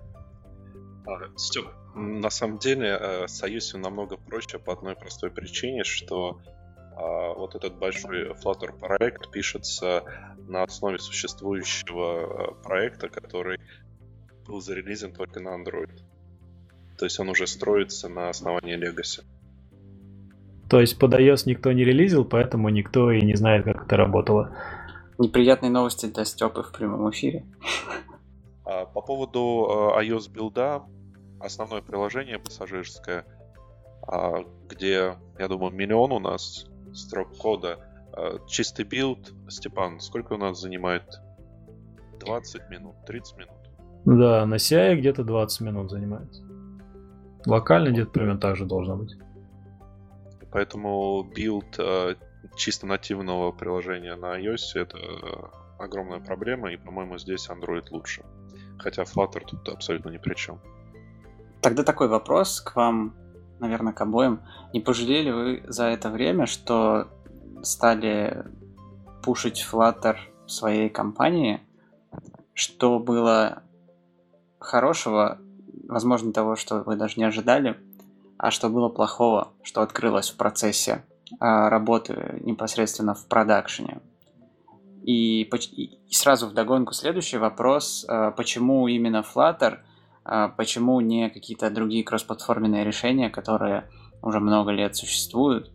Степ, на самом деле с iOS намного проще по одной простой причине, что а, вот этот большой Flutter проект пишется на основе существующего проекта, который был зарелизен только на Android. То есть он уже строится на основании Legacy. То есть под iOS никто не релизил, поэтому никто и не знает, как это работало. Неприятные новости для Степы в прямом эфире. А, по поводу а, iOS билда, основное приложение пассажирское, а, где, я думаю, миллион у нас строк кода. Чистый билд, Степан, сколько у нас занимает? двадцать минут, тридцать минут? Да, на си ай где-то двадцать минут занимает. Локально где-то примерно так же должно быть. Поэтому билд чисто нативного приложения на iOS — это огромная проблема, и, по-моему, здесь Android лучше. Хотя Flutter тут абсолютно ни при чем. Тогда такой вопрос к вам, наверное, к обоим. Не пожалели вы за это время, что стали пушить Flutter в своей компании? Что было хорошего, возможно, того, что вы даже не ожидали, а что было плохого, что открылось в процессе работы непосредственно в продакшене? И, и сразу вдогонку следующий вопрос. Почему именно Flutter? Почему не какие-то другие кроссплатформенные решения, которые уже много лет существуют?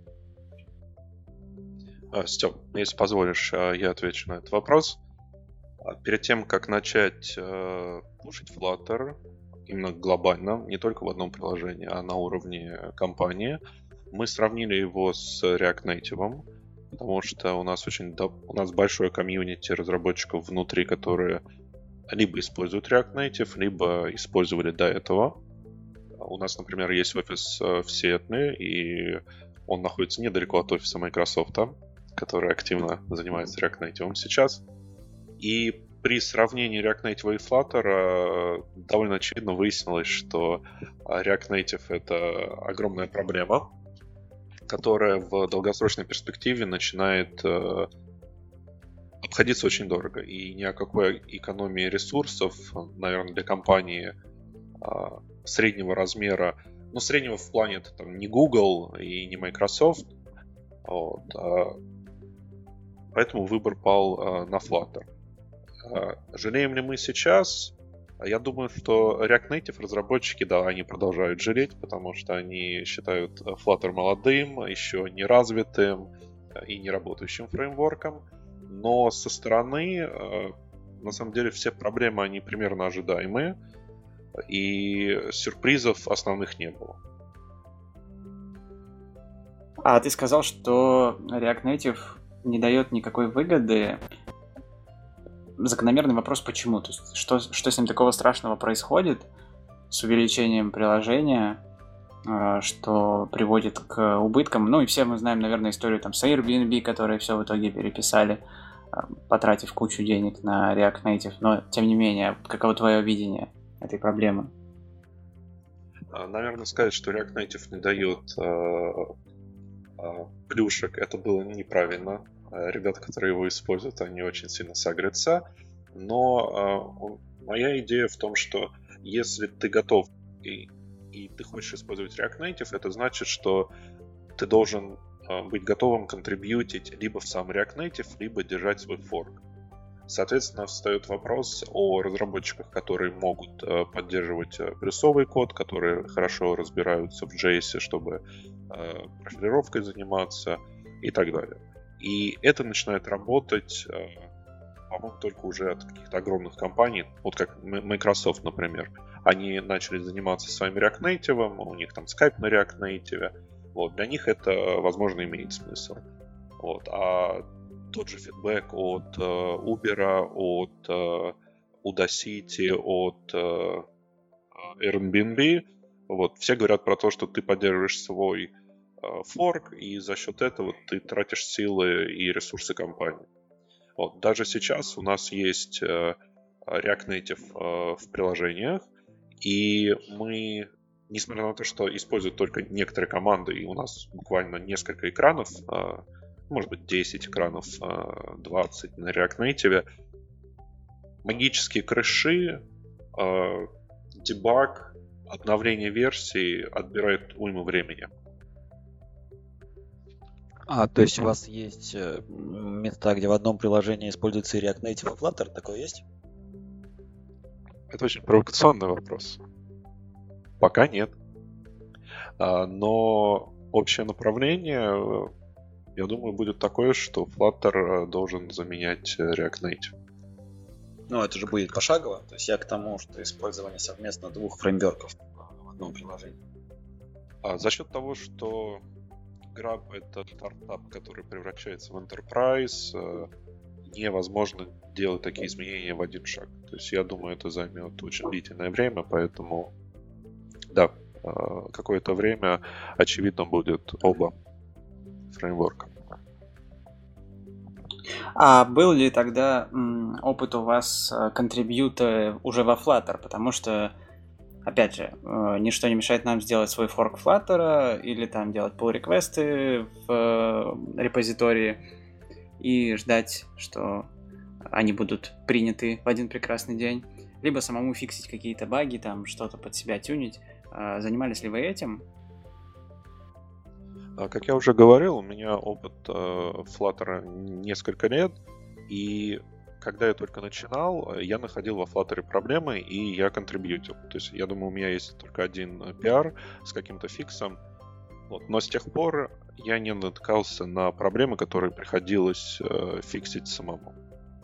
Степ, если позволишь, я отвечу на этот вопрос. Перед тем, как начать пушить Flutter, именно глобально, не только в одном приложении, а на уровне компании, мы сравнили его с React Native, потому что у нас очень у нас большое комьюнити разработчиков внутри, которые либо используют React Native, либо использовали до этого. У нас, например, есть офис в Сиэтле, и он находится недалеко от офиса Microsoft, который активно занимается React Native сейчас. И при сравнении React Native и Flutter довольно очевидно выяснилось, что React Native — это огромная проблема, которая в долгосрочной перспективе начинает обходиться очень дорого. И ни о какой экономии ресурсов, наверное, для компании среднего размера, ну, среднего в плане это там не Google и не Microsoft, вот, а поэтому выбор пал а, на Flutter. А, жалеем ли мы сейчас? Я думаю, что React Native разработчики, да, они продолжают жалеть, потому что они считают Flutter молодым, еще не развитым и не работающим фреймворком. Но со стороны, а, на самом деле, все проблемы, они примерно ожидаемые. И сюрпризов основных не было. А ты сказал, что React Native не дает никакой выгоды. Закономерный вопрос, почему? То есть, что, что с ним такого страшного происходит с увеличением приложения, что приводит к убыткам? Ну и все мы знаем, наверное, историю там с Airbnb, которые все в итоге переписали, потратив кучу денег на React Native. Но, тем не менее, каково твое видение этой проблемы? Наверное, сказать, что React Native не дает э, э, плюшек, это было неправильно. Ребята, которые его используют, они очень сильно сагрятся. Но э, моя идея в том, что если ты готов и, и ты хочешь использовать React Native, это значит, что ты должен э, быть готовым контрибьютить либо в сам React Native, либо держать свой форк. Соответственно, встает вопрос о разработчиках, которые могут э, поддерживать э, плюсовый код, которые хорошо разбираются в джей эс, чтобы э, профилировкой заниматься и так далее. И это начинает работать, э, по-моему, только уже от каких-то огромных компаний, вот как Microsoft, например. Они начали заниматься своим React Native, у них там Skype на React Native. Вот, для них это, возможно, имеет смысл. Вот, а тот же фидбэк от э, Uber, от э, Udacity, от э, Airbnb. Вот, все говорят про то, что ты поддерживаешь свой э, форк, и за счет этого ты тратишь силы и ресурсы компании. Вот, даже сейчас у нас есть э, React Native э, в приложениях, и мы, несмотря на то, что используют только некоторые команды, и у нас буквально несколько экранов, э, может быть, десять экранов, двадцать на React Native. Магические крыши, дебаг, обновление версии отбирает уйму времени. А, то есть у вас есть места, где в одном приложении используется React Native и Flutter? Такое есть? Это очень провокационный вопрос. Пока нет. Но общее направление, я думаю, будет такое, что Flutter должен заменять React Native. Ну, это же будет пошагово. То есть я к тому, что использование совместно двух фреймворков в одном приложении. А за счет того, что Grab — это стартап, который превращается в Enterprise, невозможно делать такие изменения в один шаг. То есть я думаю, это займет очень длительное время, поэтому да, какое-то время, очевидно, будет оба фреймворка. А был ли тогда м, опыт у вас контрибьюта уже во Flutter? Потому что, опять же, э, ничто не мешает нам сделать свой форк Flutter или там делать pull-реквесты в э, репозитории и ждать, что они будут приняты в один прекрасный день. Либо самому фиксить какие-то баги, там что-то под себя тюнить. Э, занимались ли вы этим? Как я уже говорил, у меня опыт э, Flutter несколько лет, и когда я только начинал, я находил во Flutter проблемы, и я контрибьютил. То есть я думаю, у меня есть только один пи ар с каким-то фиксом, вот. Но с тех пор я не натыкался на проблемы, которые приходилось э, фиксить самому.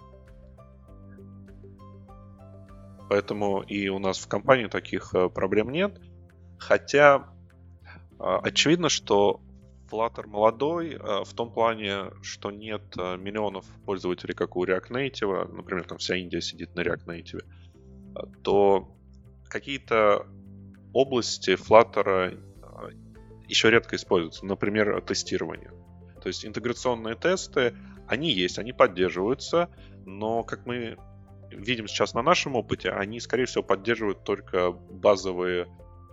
Поэтому и у нас в компании таких э, проблем нет, хотя э, очевидно, что Flutter молодой э, в том плане, что нет э, миллионов пользователей, как у React Native, например, там вся Индия сидит на React Native, э, то какие-то области Flutter э, еще редко используются, например, тестирование. То есть интеграционные тесты, они есть, они поддерживаются, но, как мы видим сейчас на нашем опыте, они, скорее всего, поддерживают только базовые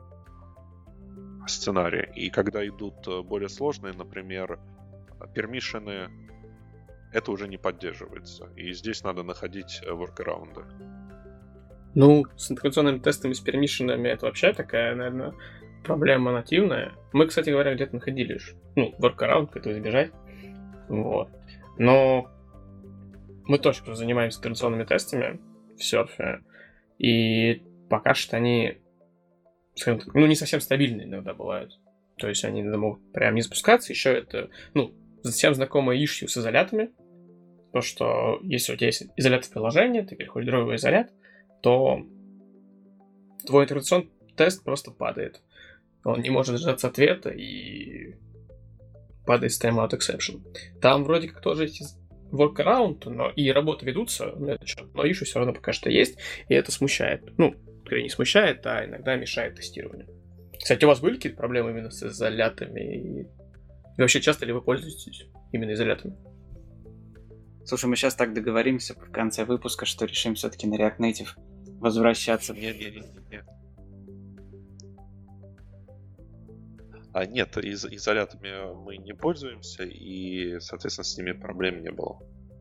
сценарии. И когда идут более сложные, например, пермишины, это уже не поддерживается. И здесь надо находить воркараунды. Ну, с интеграционными тестами, с пермишинами, это вообще такая, наверное, проблема нативная. Мы, кстати говоря, где-то находили, ну, воркараунд, как это избежать. Вот. Но мы тоже занимаемся интеграционными тестами в серфе, и пока что они, скажем так, ну, не совсем стабильные иногда бывают. То есть они иногда могут прям не запускаться. Еще это, ну, всем знакомое issue с изолятами. То, что если у тебя есть изолят в приложении, ты переходишь в другой изолят, то твой интеграционный тест просто падает. Он не может дождаться ответа и падает с timeout exception. Там вроде как тоже есть workaround, но и работы ведутся на этот счет, но issue все равно пока что есть, и это смущает. Ну, скорее не смущает, а иногда мешает тестированию. Кстати, у вас были какие-то проблемы именно с изолятами? И вообще часто ли вы пользуетесь именно изолятами? Слушай, мы сейчас так договоримся в конце выпуска, что решим все-таки на React Native возвращаться. Не-не-не. А нет, из- изолятами мы не пользуемся, и, соответственно, с ними проблем не было.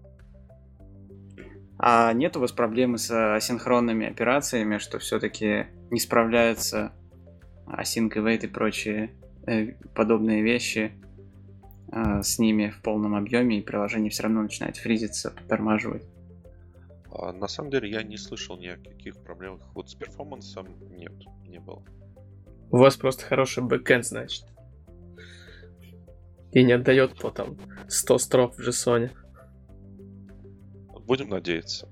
А нет у вас проблемы с асинхронными операциями, что все-таки не справляются async await и прочие э, подобные вещи э, с ними в полном объеме, и приложение все равно начинает фризиться, подтормаживать? А, на самом деле я не слышал ни о каких проблемах. Вот с перформансом нет, не было. У вас просто хороший бэкэнд, значит. И не отдает по там сто строк в JSON. Будем надеяться.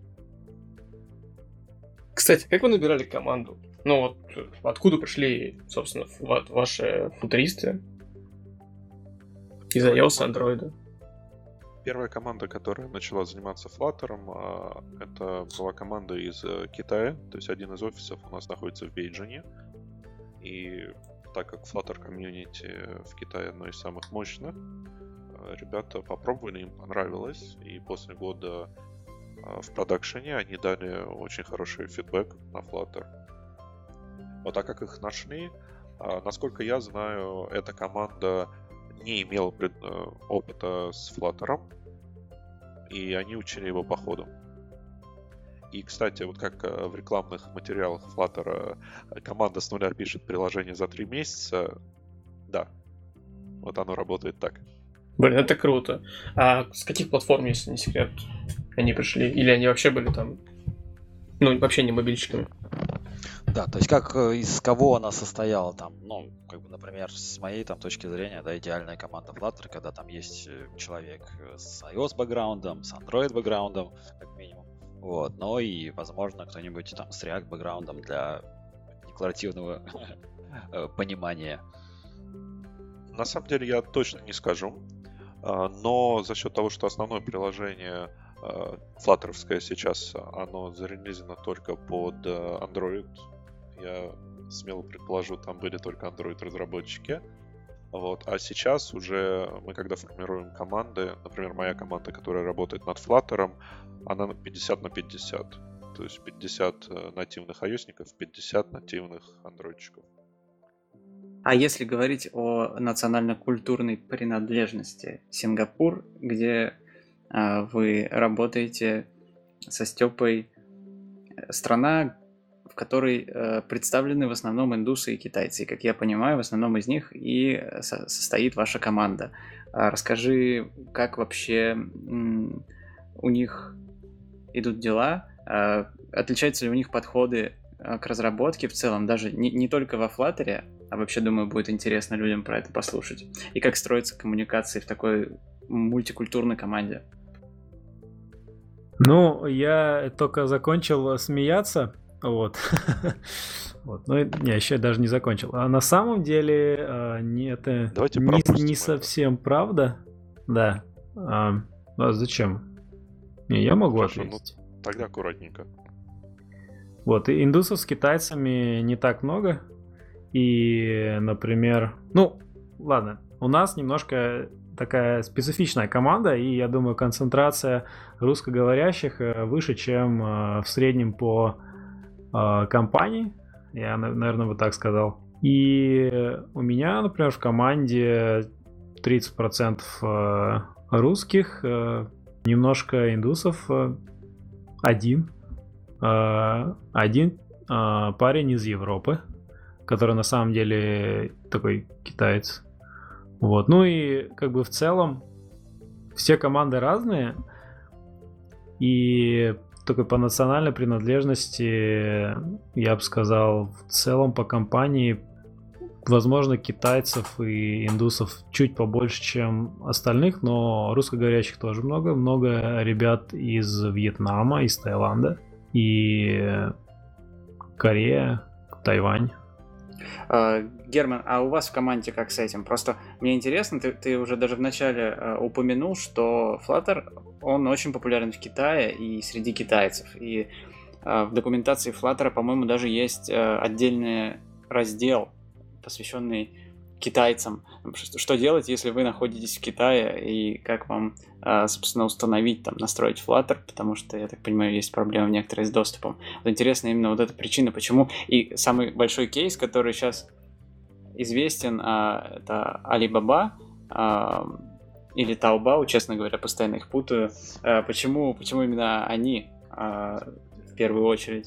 Кстати, как вы набирали команду? Ну вот, откуда пришли, собственно, ва- ваши футуристы? Из iOS, Android? Первая команда, которая начала заниматься Flutter, а, это была команда из э, Китая. То есть один из офисов у нас находится в Бейджине. И так как Flutter комьюнити в Китае одно из самых мощных, э, ребята попробовали, им понравилось. И после года э, в продакшене они дали очень хороший фидбэк на Flutter. Вот, а как их нашли? А, насколько я знаю, эта команда не имела пред- э, опыта с Flutter, и они учили его по ходу. И, кстати, вот как э, в рекламных материалах Flutter э, команда с нуля пишет приложение за три месяца, да, вот оно работает так. Блин, это круто. А с каких платформ, если не секрет, они пришли? Или они вообще были там, ну, вообще не мобильщиками? Да, то есть как э, из кого она состояла там, ну, как бы, например, с моей там точки зрения, да, идеальная команда Flutter, когда там есть э, человек э, с iOS бэкграундом, с Android бэкграундом, как минимум, вот, но и, возможно, кто-нибудь там с React бэкграундом для декларативного э, понимания. На самом деле я точно не скажу, а, но за счет того, что основное приложение а, флаттеровское сейчас, оно зарелизено только под а, Android, я смело предположу, там были только Android-разработчики. Вот. А сейчас уже мы, когда формируем команды, например, моя команда, которая работает над Flutter, она пятьдесят на пятьдесят. То есть пятьдесят нативных iOS-ников, пятьдесят нативных андроидчиков. А если говорить о национально-культурной принадлежности, Сингапур, где э, вы работаете со Степой, страна, в которой э, представлены в основном индусы и китайцы. И, как я понимаю, в основном из них и со- состоит ваша команда. А расскажи, как вообще м, у них идут дела? А отличаются ли у них подходы э, к разработке в целом, даже не, не только во Flutter, а вообще, думаю, будет интересно людям про это послушать. И как строятся коммуникации в такой мультикультурной команде? Ну, я только закончил смеяться Вот. Вот. Ну, я еще даже не закончил. А на самом деле, а, не, это Давайте не, пропустим не это. совсем правда. Да. А, а зачем? Не, я могу Хорошо, ну, ответить. Тогда аккуратненько. Вот, и индусов с китайцами не так много. И, например, ну, ладно, у нас немножко такая специфичная команда, и я думаю, концентрация русскоговорящих э, выше, чем э, в среднем по э, компании. Я, на- наверное, вот так сказал. И у меня, например, в команде тридцать процентов э, русских, э, немножко индусов, э, один. Э, один э, парень из Европы, который на самом деле такой китаец. Вот. Ну и как бы в целом все команды разные. И только по национальной принадлежности, я бы сказал, в целом по компании, возможно, китайцев и индусов чуть побольше, чем остальных, но русскоговорящих тоже много. Много ребят из Вьетнама, из Таиланда и Корея, Тайвань. А, Герман, а у вас в команде как с этим? Просто мне интересно, ты, ты уже даже вначале а, упомянул, что Flutter, он очень популярен в Китае и среди китайцев. И а, в документации Flutter, по-моему, даже есть а, отдельный раздел, посвященный китайцам. Что, что делать, если вы находитесь в Китае, и как вам, а, собственно, установить, там, настроить Flutter, потому что, я так понимаю, есть проблемы некоторые с доступом. Вот интересно именно вот эта причина, почему. И самый большой кейс, который сейчас известен, а, это Alibaba а, или Taobao, честно говоря, постоянно их путаю. А, почему, почему именно они а, в первую очередь?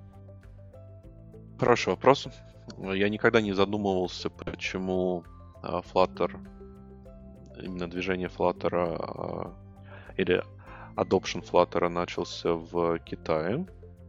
Хороший вопрос. Я никогда не задумывался, почему а, Flutter, именно движение Flutter а, или adoption Flutter начался в Китае.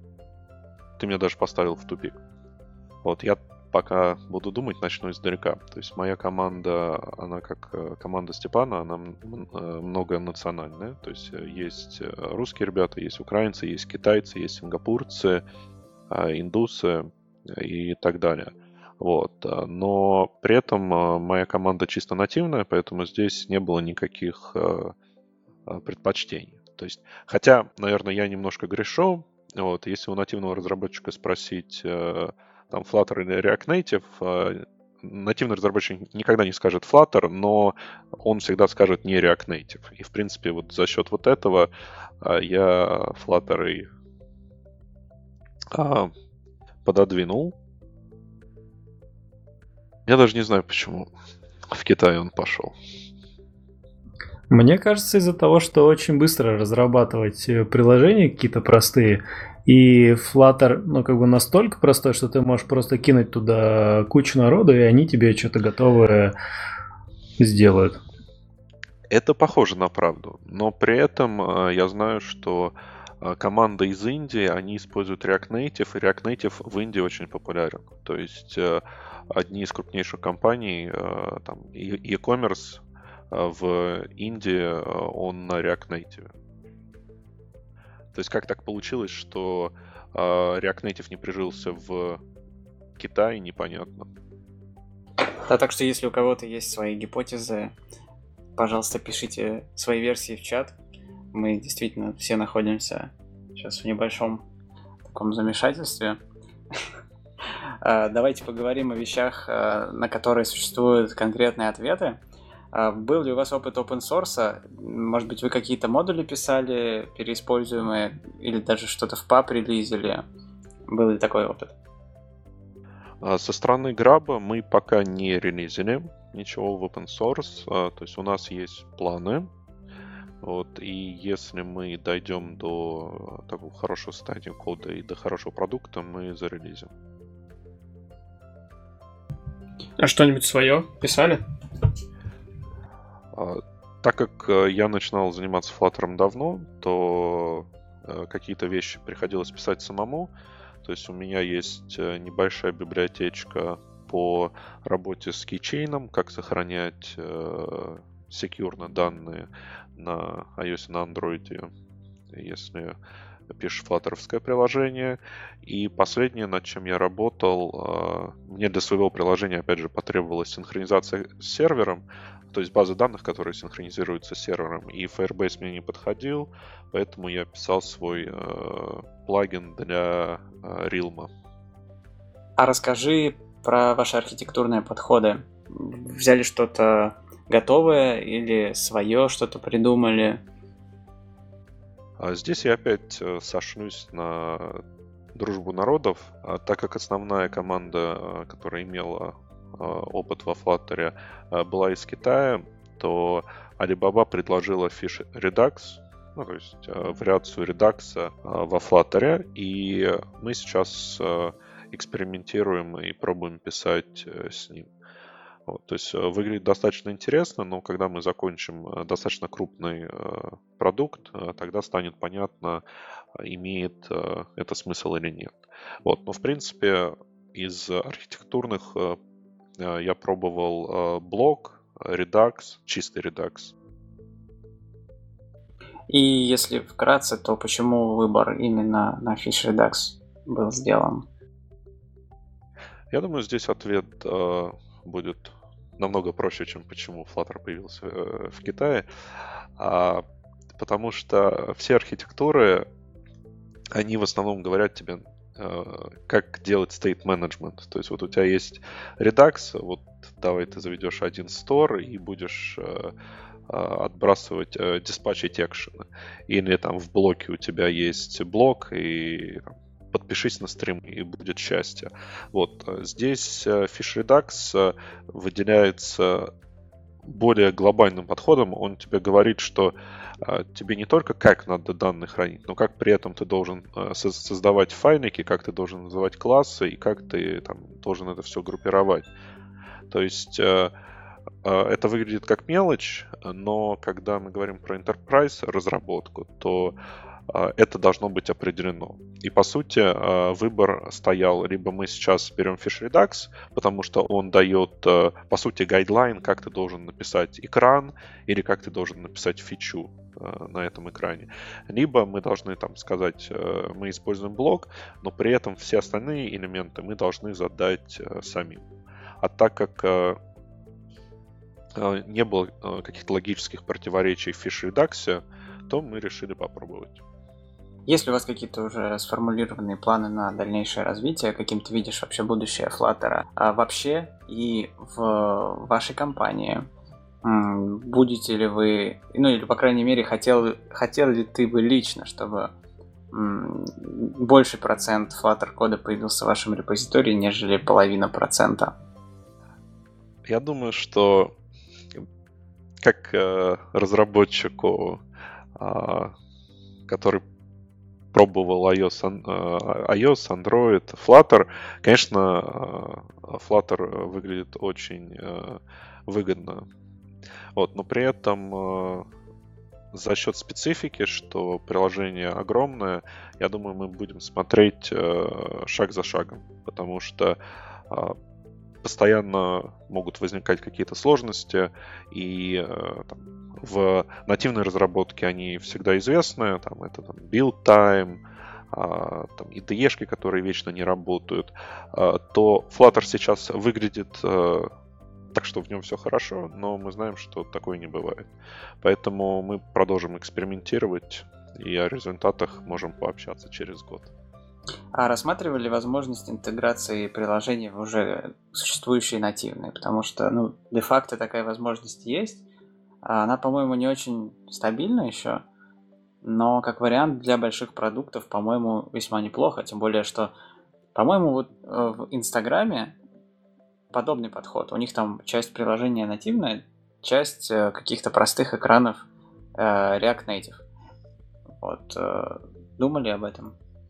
Ты меня даже поставил в тупик. Вот, я пока буду думать, начну издалека. То есть моя команда, она как э, команда Степана, она м- м- э, многонациональная. То есть э, есть э, русские ребята, есть украинцы, есть китайцы, есть сингапурцы, э, индусы э, и так далее. Вот. э, Но при этом э, моя команда чисто нативная, поэтому здесь не было никаких э, э, предпочтений. То есть, хотя, наверное, я немножко грешу. Вот, если у нативного разработчика спросить э, там Flutter или React Native, э, нативный разработчик никогда не скажет Flutter, но он всегда скажет не React Native. И, в принципе, вот за счет вот этого э, я Flutter и э, пододвинул. Я даже не знаю, почему в Китае он пошел. Мне кажется, из-за того, что очень быстро разрабатывать э, приложения какие-то простые, и Flutter, ну, как бы настолько простой, что ты можешь просто кинуть туда кучу народу, и они тебе что-то готовое сделают. Это похоже на правду, но при этом э, я знаю, что э, команда из Индии, они используют React Native, и React Native в Индии очень популярен. То есть э, одни из крупнейших компаний, э, там, e- e-commerce э, в Индии, э, он на React Native. То есть как так получилось, что э, React Native не прижился в Китае, непонятно. Да, так что если у кого-то есть свои гипотезы, пожалуйста, пишите свои версии в чат. Мы действительно все находимся сейчас в небольшом таком замешательстве. А, Давайте поговорим о вещах, а, на которые существуют конкретные ответы. А, Был ли у вас опыт open source? Может быть, вы какие-то модули писали, переиспользуемые, или даже что-то в паб релизили? Был ли такой опыт? А Со стороны Граба мы пока не релизили ничего в open source. А, То есть у нас есть планы. Вот, и если мы дойдем до а, такого хорошего состояния кода и до хорошего продукта, мы зарелизим. А что-нибудь свое писали? А, Так как э, я начинал заниматься Flutter давно, то э, какие-то вещи приходилось писать самому. То есть у меня есть э, небольшая библиотечка по работе с кейчейном, как сохранять э, секьюрно данные на iOS и на Android, если пишешь флаттеровское приложение. И последнее, над чем я работал, мне для своего приложения, опять же, потребовалась синхронизация с сервером, то есть базы данных, которые синхронизируются с сервером. И Firebase мне не подходил, поэтому я писал свой э, плагин для э, Realm. А расскажи про ваши архитектурные подходы. Взяли что-то готовое или свое что-то придумали? Здесь я опять сошлюсь на дружбу народов, так как основная команда, которая имела опыт во Flutter, была из Китая, то Alibaba предложила Fish Redux, ну, то есть вариацию Redux во Flutter, и мы сейчас экспериментируем и пробуем писать с ним. Вот, то есть выглядит достаточно интересно, но когда мы закончим достаточно крупный продукт, тогда станет понятно, имеет это смысл или нет. Вот, но в принципе из архитектурных я пробовал блок, Redux, чистый Redux. И если вкратце, то почему выбор именно на Fish Redux был сделан? Я думаю, здесь ответ э, будет намного проще, чем почему Flutter появился э, в Китае. А, потому что все архитектуры, они в основном говорят тебе, э, как делать state management. То есть вот у тебя есть Redux, вот давай ты заведешь один store и будешь э, отбрасывать, э, диспатчить экшены. Или там в блоке у тебя есть блок и там, подпишись на стрим, и будет счастье. Вот. Здесь Fish Redux выделяется более глобальным подходом. Он тебе говорит, что тебе не только как надо данные хранить, но как при этом ты должен создавать файлики, как ты должен называть классы и как ты там, должен это все группировать. То есть это выглядит как мелочь, но когда мы говорим про enterprise разработку, то это должно быть определено. И по сути выбор стоял, либо мы сейчас берем Fish Redux, потому что он дает по сути гайдлайн, как ты должен написать экран или как ты должен написать фичу на этом экране. Либо мы должны там сказать, мы используем блок, но при этом все остальные элементы мы должны задать самим. А так как не было каких-то логических противоречий в Fish Redux, то мы решили попробовать. Есть ли у вас какие-то уже сформулированные планы на дальнейшее развитие? Каким ты видишь вообще будущее Flutter? А вообще и в вашей компании будете ли вы, ну или по крайней мере хотел, хотел ли ты бы лично, чтобы больший процент Flutter кода появился в вашем репозитории, нежели половина процента? Я думаю, что как э, разработчику, э, который пробовал iOS, iOS, Android, Flutter, конечно, Flutter выглядит очень выгодно. Вот, но при этом за счет специфики, что приложение огромное, я думаю, мы будем смотреть шаг за шагом, потому что постоянно могут возникать какие-то сложности, и там, в нативной разработке они всегда известны, там это там, build time, а, там и ди и-шки, которые вечно не работают, а, то Flutter сейчас выглядит а, так, что в нем все хорошо, но мы знаем, что такое не бывает. Поэтому мы продолжим экспериментировать, и о результатах можем пообщаться через год. А рассматривали возможность интеграции приложений в уже существующие нативные? Потому что, ну, де-факто такая возможность есть. Она, по-моему, не очень стабильна еще, но как вариант для больших продуктов, по-моему, весьма неплохо. Тем более, что, по-моему, вот в Инстаграме подобный подход. У них там часть приложения нативная, часть каких-то простых экранов React Native. Вот. Думали об этом?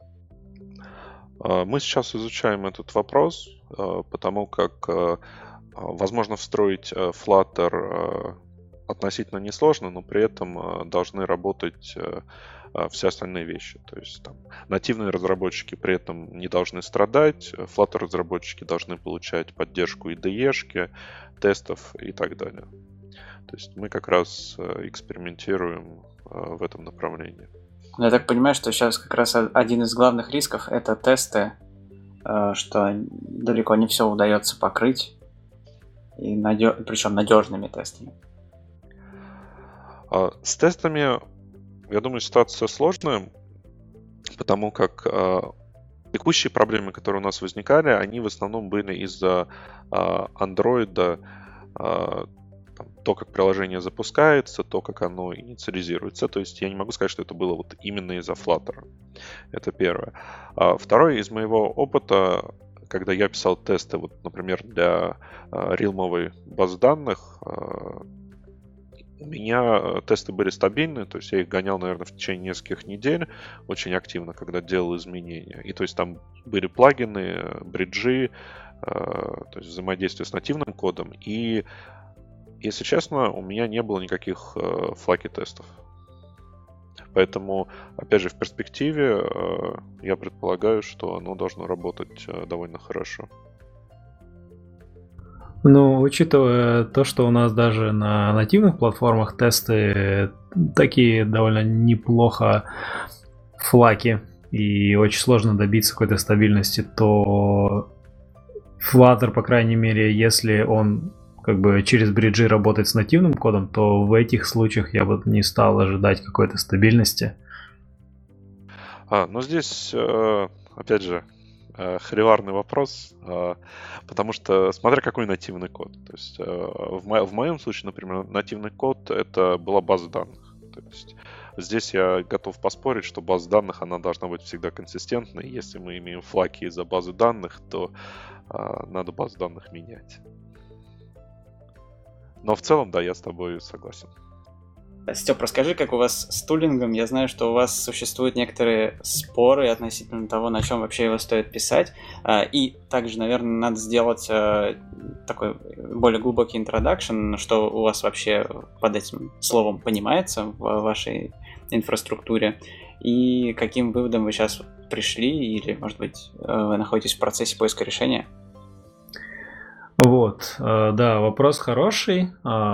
Мы сейчас изучаем этот вопрос, потому как возможно встроить Flutter относительно несложно, но при этом должны работать все остальные вещи. То есть там, нативные разработчики при этом не должны страдать, Flutter разработчики должны получать поддержку и ди и-шки, тестов и так далее. То есть мы как раз экспериментируем в этом направлении. Я так понимаю, что сейчас как раз один из главных рисков — это тесты, что далеко не все удается покрыть, и надё... причем надежными тестами. С тестами, я думаю, ситуация сложная, потому как текущие проблемы, которые у нас возникали, они в основном были из-за Android, то, как приложение запускается, то, как оно инициализируется. То есть я не могу сказать, что это было вот именно из-за Flutter. Это первое. А второе, из моего опыта, когда я писал тесты, вот, например, для Realm баз данных, у меня тесты были стабильны, то есть я их гонял, наверное, в течение нескольких недель очень активно, когда делал изменения. И то есть там были плагины, бриджи, то есть взаимодействие с нативным кодом. И, если честно, у меня не было никаких флаки тестов. Поэтому, опять же, в перспективе я предполагаю, что оно должно работать довольно хорошо. Ну, учитывая то, что у нас даже на нативных платформах тесты такие довольно неплохо флаки, и очень сложно добиться какой-то стабильности, то Flutter, по крайней мере, если он как бы через бриджи работает с нативным кодом, то в этих случаях я бы не стал ожидать какой-то стабильности. А, ну здесь, опять же, холиварный вопрос, потому что смотря какой нативный код. То есть в, мо- в моем случае, например, нативный код — это была база данных. То есть здесь я готов поспорить, что база данных, она должна быть всегда консистентной. Если мы имеем флаги из-за базы данных, то надо базу данных менять. Но в целом, да, я с тобой согласен. Степ, расскажи, как у вас с тулингом. Я знаю, что у вас существуют некоторые споры относительно того, на чем вообще его стоит писать. И также, наверное, надо сделать такой более глубокий introduction, что у вас вообще под этим словом понимается в вашей инфраструктуре, и каким выводом вы сейчас пришли, или, может быть, вы находитесь в процессе поиска решения? Вот, да, вопрос хороший.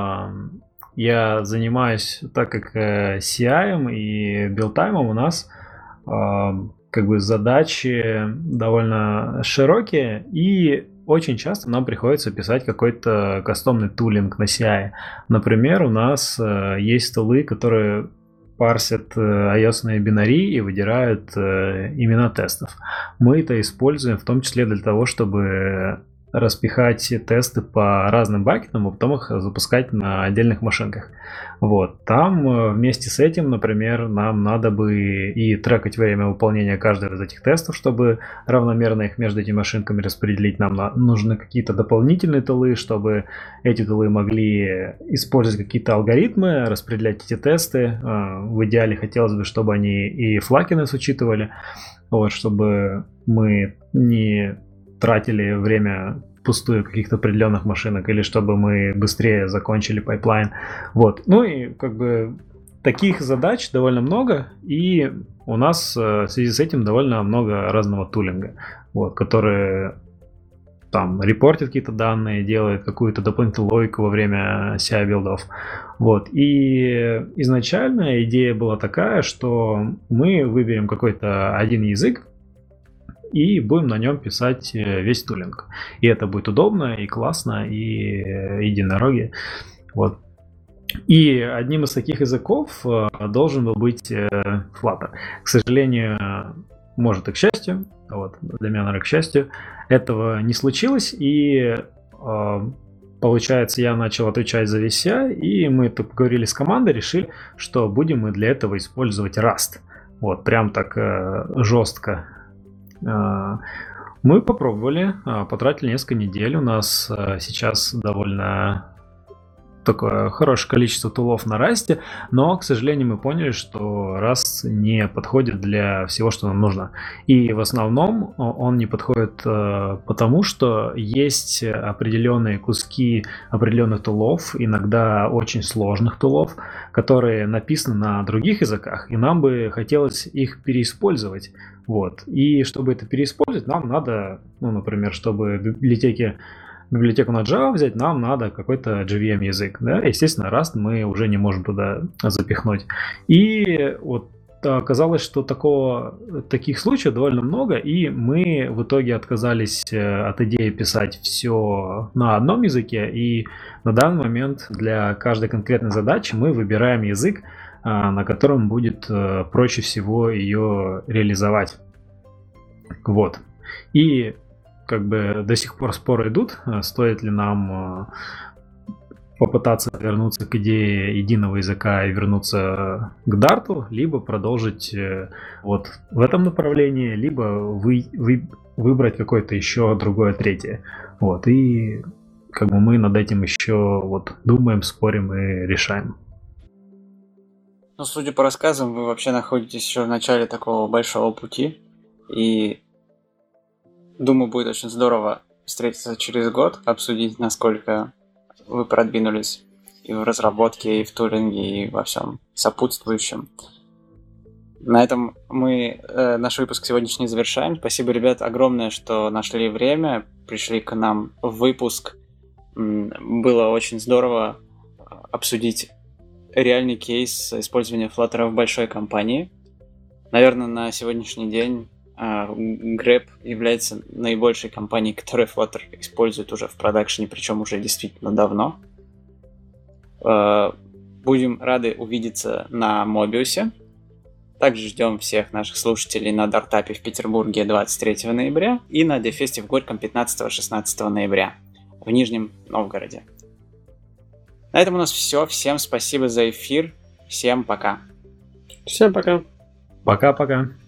Я занимаюсь, так как си ай и билдтаймом у нас как бы задачи довольно широкие, и очень часто нам приходится писать какой-то кастомный тулинг на си ай. Например, у нас есть тулы, которые парсят iOS-ные бинари и выдирают имена тестов. Мы это используем в том числе для того, чтобы распихать тесты по разным бакетам, а потом их запускать на отдельных машинках. Вот. Там вместе с этим, например, нам надо бы и трекать время выполнения каждого из этих тестов, чтобы равномерно их между этими машинками распределить. Нам нужны какие-то дополнительные тулы, чтобы эти тулы могли использовать какие-то алгоритмы, распределять эти тесты. В идеале хотелось бы, чтобы они и флакинес учитывали, вот, чтобы мы не тратили время впустую каких-то определенных машинок, или чтобы мы быстрее закончили пайплайн. Вот. Ну и как бы таких задач довольно много, и у нас в связи с этим довольно много разного тулинга, вот, которые там репортит какие-то данные, делает какую-то дополнительную логику во время си ай-билдов. Вот. И изначально идея была такая, что мы выберем какой-то один язык, и будем на нем писать весь тулинг. И это будет удобно, и классно, и единороги. Вот. И одним из таких языков должен был быть Flutter. К сожалению, может и к счастью, вот, для меня, наверное, к счастью, этого не случилось, и получается, я начал отвечать за весь си ай, и мы тут поговорили с командой, решили, что будем мы для этого использовать Rust. Вот, прям так жестко. Мы попробовали, потратили несколько недель. У нас сейчас довольно такое хорошее количество тулов на Rust, но, к сожалению, мы поняли, что Rust не подходит для всего, что нам нужно. И в основном он не подходит потому, что есть определенные куски определенных тулов, иногда очень сложных тулов, которые написаны на других языках, и нам бы хотелось их переиспользовать. Вот. И чтобы это переиспользовать, нам надо, ну, например, чтобы библиотеки библиотеку на Java взять, нам надо какой-то джей ви эм язык. Да? Естественно, Rust мы уже не можем туда запихнуть. И вот оказалось, что такого, таких случаев довольно много, и мы в итоге отказались от идеи писать все на одном языке, и на данный момент для каждой конкретной задачи мы выбираем язык, на котором будет проще всего ее реализовать. Вот. И как бы до сих пор споры идут, стоит ли нам попытаться вернуться к идее единого языка и вернуться к Дарту, либо продолжить вот в этом направлении, либо вы, вы, выбрать какое-то еще другое третье. Вот. И как бы мы над этим еще вот думаем, спорим и решаем. Ну, судя по рассказам, вы вообще находитесь еще в начале такого большого пути, и думаю, будет очень здорово встретиться через год, обсудить, насколько вы продвинулись и в разработке, и в тулинге, и во всем сопутствующем. На этом мы э, наш выпуск сегодняшний завершаем. Спасибо, ребят, огромное, что нашли время, пришли к нам в выпуск. Было очень здорово обсудить реальный кейс использования Flutter в большой компании. Наверное, на сегодняшний день Grep является наибольшей компанией, которая Flutter использует уже в продакшене, причем уже действительно давно. Будем рады увидеться на Mobius. Также ждем всех наших слушателей на Дартапе в Петербурге двадцать третьего ноября и на Дефесте в Горьком пятнадцатого-шестнадцатого ноября в Нижнем Новгороде. На этом у нас все. Всем спасибо за эфир. Всем пока. Всем пока. Пока-пока.